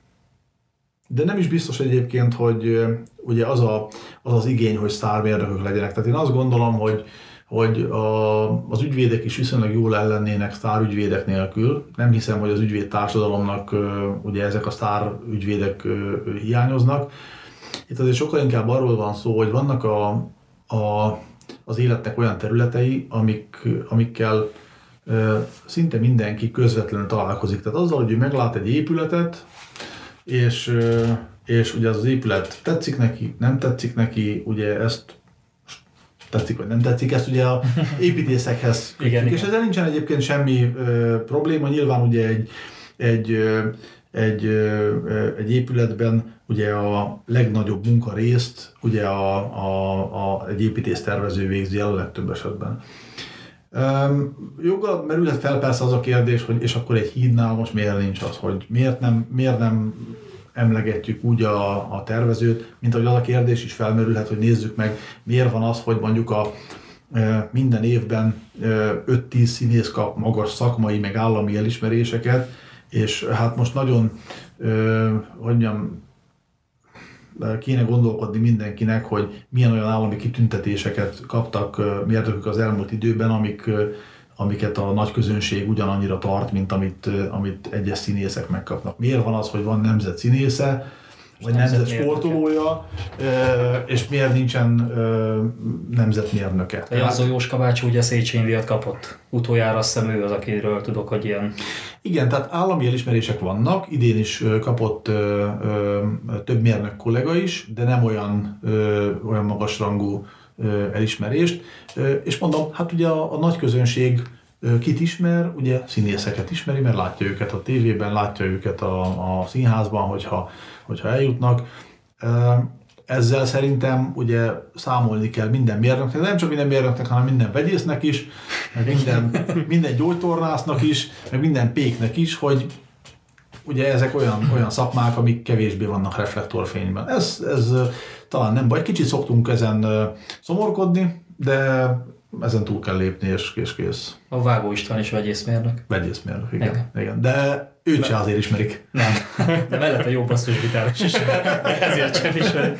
de nem is biztos egyébként, hogy ugye az, a, az az igény, hogy sztár mérnökök legyenek. Tehát én azt gondolom, hogy hogy a, az ügyvédek is viszonylag jól ellennének sztárügyvédek nélkül. Nem hiszem, hogy az ügyvéd társadalomnak ugye ezek a sztárügyvédek hiányoznak. Itt azért sokkal inkább arról van szó, hogy vannak a, a, az életnek olyan területei, amik, amikkel szinte mindenki közvetlenül találkozik. Tehát azzal, hogy ő meglát egy épületet, és, és ugye az, az épület tetszik neki, nem tetszik neki, ugye ezt tetszik, vagy nem tetszik, ezt ugye a építészekhez kötjük, és ezzel nincsen egyébként semmi ö, probléma. Nyilván ugye egy, egy, ö, egy, ö, egy épületben ugye a legnagyobb munkarészt ugye a, a, a, egy építésztervező végzi el a legtöbb esetben. Um, joggal merülhet fel persze az a kérdés, hogy és akkor egy hídnál most miért nincs az, hogy miért nem, miért nem emlegetjük úgy a, a tervezőt, mint ahogy az a kérdés is felmerülhet, hogy nézzük meg, miért van az, hogy mondjuk a, e, minden évben e, öt-tíz színész kap magas szakmai, meg állami elismeréseket, és hát most nagyon, e, hogy mondjam, kéne gondolkodni mindenkinek, hogy milyen olyan állami kitüntetéseket kaptak mérnökök az elmúlt időben, amik, amiket a nagy közönség ugyanannyira tart, mint amit, amit egyes színészek megkapnak. Miért van az, hogy van nemzet színésze, vagy nemzet sportolója, és miért nincsen nemzetmérnöke? Janzó Jóska bácsi ugye Széchenyi díjat kapott. Utoljára azt hiszem ő az, akiről tudok, hogy ilyen... Igen, tehát állami elismerések vannak, idén is kapott ö, ö, több mérnök kollega is, de nem olyan, ö, olyan magasrangú ö, elismerést. Ö, és mondom, hát ugye a, a nagy közönség ö, kit ismer, ugye színészeket ismeri, mert látja őket a tévében, látja őket a, a színházban, hogyha, hogyha eljutnak. Ö, Ezzel szerintem ugye számolni kell minden mérnöknek, de nem csak minden mérnöknek, hanem minden vegyésznek is, meg minden, minden gyógytornásznak is, meg minden péknek is, hogy ugye ezek olyan, olyan szakmák, amik kevésbé vannak reflektorfényben. Ez, ez talán nem baj. Kicsit szoktunk ezen szomorkodni, de ezen túl kell lépni, és, és kész. A Vágó István is vegyészmérnök. Vegyészmérnök, igen. igen. igen. De őt se azért ismerik. Nem, de mellette jó basszusgitáros is. Ezért sem ismerik.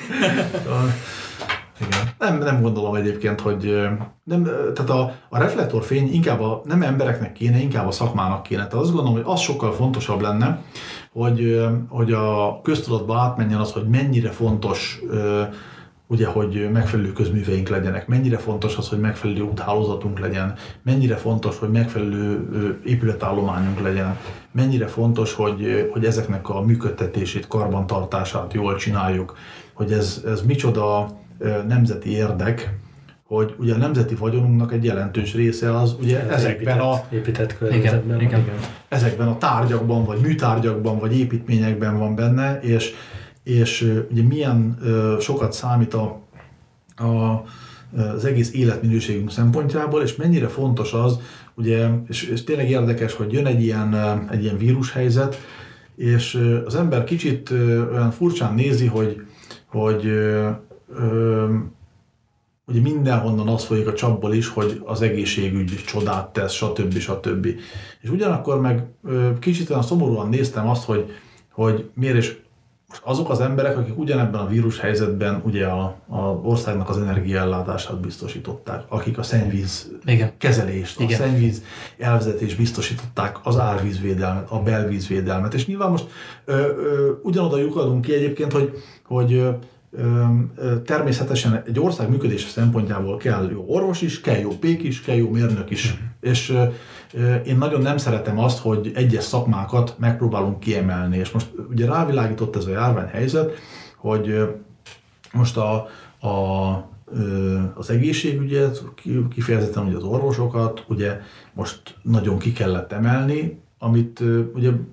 Igen. Nem, nem gondolom egyébként, hogy nem, tehát a, a reflektorfény inkább a, nem embereknek kéne, inkább a szakmának kéne. Tehát azt gondolom, hogy az sokkal fontosabb lenne, hogy, hogy a köztudatba átmenjen az, hogy mennyire fontos, ugye, hogy megfelelő közműveink legyenek, mennyire fontos az, hogy megfelelő úthálózatunk legyen, mennyire fontos, hogy megfelelő épületállományunk legyen, mennyire fontos, hogy, hogy ezeknek a működtetését, karbantartását jól csináljuk, hogy ez, ez micsoda nemzeti érdek, hogy ugye a nemzeti vagyonunknak egy jelentős része az ugye az ezekben épített, a épített környezetben, igen, igen. ezekben a tárgyakban, vagy műtárgyakban, vagy építményekben van benne, és, és ugye milyen sokat számít a, a, az egész életminőségünk szempontjából, és mennyire fontos az, ugye, és, és tényleg érdekes, hogy jön egy ilyen, egy ilyen vírushelyzet, és az ember kicsit olyan furcsán nézi, hogy, hogy Ö, ugye mindenhonnan az folyik a csapból is, hogy az egészségügy csodát tesz, stb. stb. És ugyanakkor meg ö, kicsit olyan szomorúan néztem azt, hogy, hogy miért is azok az emberek, akik ugyanebben a vírushelyzetben ugye a, a országnak az energiaellátását biztosították, akik a szennyvíz Igen. kezelést, Igen. a szennyvíz elvezetést biztosították, az árvízvédelmet, a belvízvédelmet. És nyilván most ö, ö, ugyanoda lyukadunk ki egyébként, hogy, hogy ö, természetesen egy ország működése szempontjából kell jó orvos is, kell jó pék is, kell jó mérnök is. Mm. És én nagyon nem szeretem azt, hogy egyes szakmákat megpróbálunk kiemelni. És most ugye rávilágított ez a járványhelyzet, hogy most a, a, az egészségügyet, kifejezetten ugye az orvosokat, ugye most nagyon ki kellett emelni, amit ugye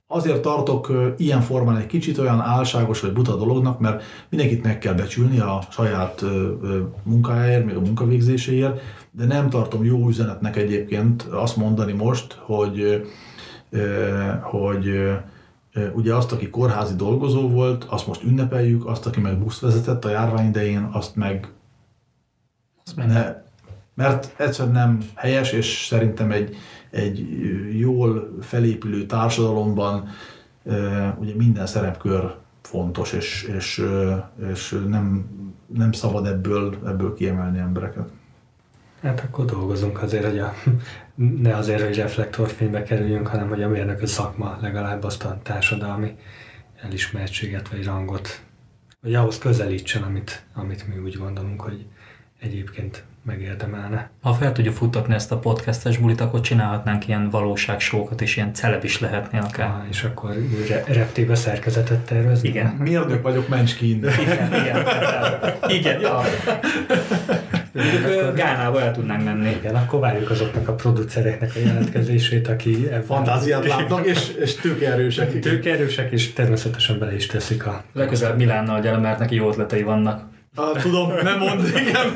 azért tartok ilyen formán egy kicsit olyan álságos vagy buta dolognak, mert mindenkit meg kell becsülni a saját munkájáért, még a munkavégzéséért, de nem tartom jó üzenetnek egyébként azt mondani most, hogy, hogy ugye azt, aki kórházi dolgozó volt, azt most ünnepeljük, azt, aki meg buszt vezetett a járvány idején, azt meg, azt meg ne, mert egyszerűen nem helyes, és szerintem egy, egy jól felépülő társadalomban ugye minden szerepkör fontos, és, és, és nem, nem szabad ebből, ebből kiemelni embereket. Hát akkor dolgozunk azért, hogy a, ne azért, hogy reflektorfénybe kerüljünk, hanem hogy a mérnöki szakma legalább azt a társadalmi elismertséget vagy rangot, hogy ahhoz közelítsen, amit, amit mi úgy gondolunk, hogy egyébként megérdemelne. Ha fel tudjuk futtatni ezt a podcastes bulit, akkor csinálhatnánk ilyen valóságsókat, és ilyen celeb is lehetnél akár. Ah, és akkor re- reptébe szerkezetet tervezni? Igen. Mérnök vagyok, mencs ki innen. Igen, igen. Igen, ja. Mondjuk Gánába el tudnánk menni. Igen, akkor várjuk azoknak a producereknek a jelentkezését, aki fantáziát látnak, és, és tőkeerősek. Tőkeerősek, és természetesen bele is teszik a... Legközelebb Milánnal gyere, mert neki jó ötletei vannak. Ah, tudom, nem mondd, igen.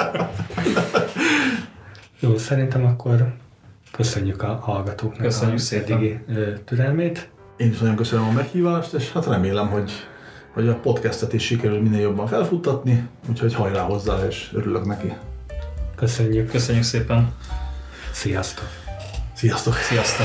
Jó, szerintem akkor köszönjük a hallgatóknak köszönjük a szépen. eddigi türelmét. Én is nagyon köszönöm a meghívást, és hát remélem, hogy, hogy a podcastet is sikerül minél jobban felfuttatni, úgyhogy hajrá hozzá, és örülök neki. Köszönjük. Köszönjük szépen. Sziasztok. Sziasztok. Sziasztok.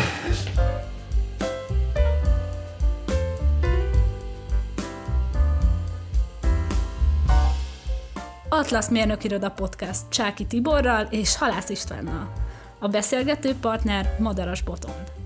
Atlasz Mérnökiroda Podcast Csáky Tiborral és Halász Istvánnal. A beszélgető partner Madaras Botond.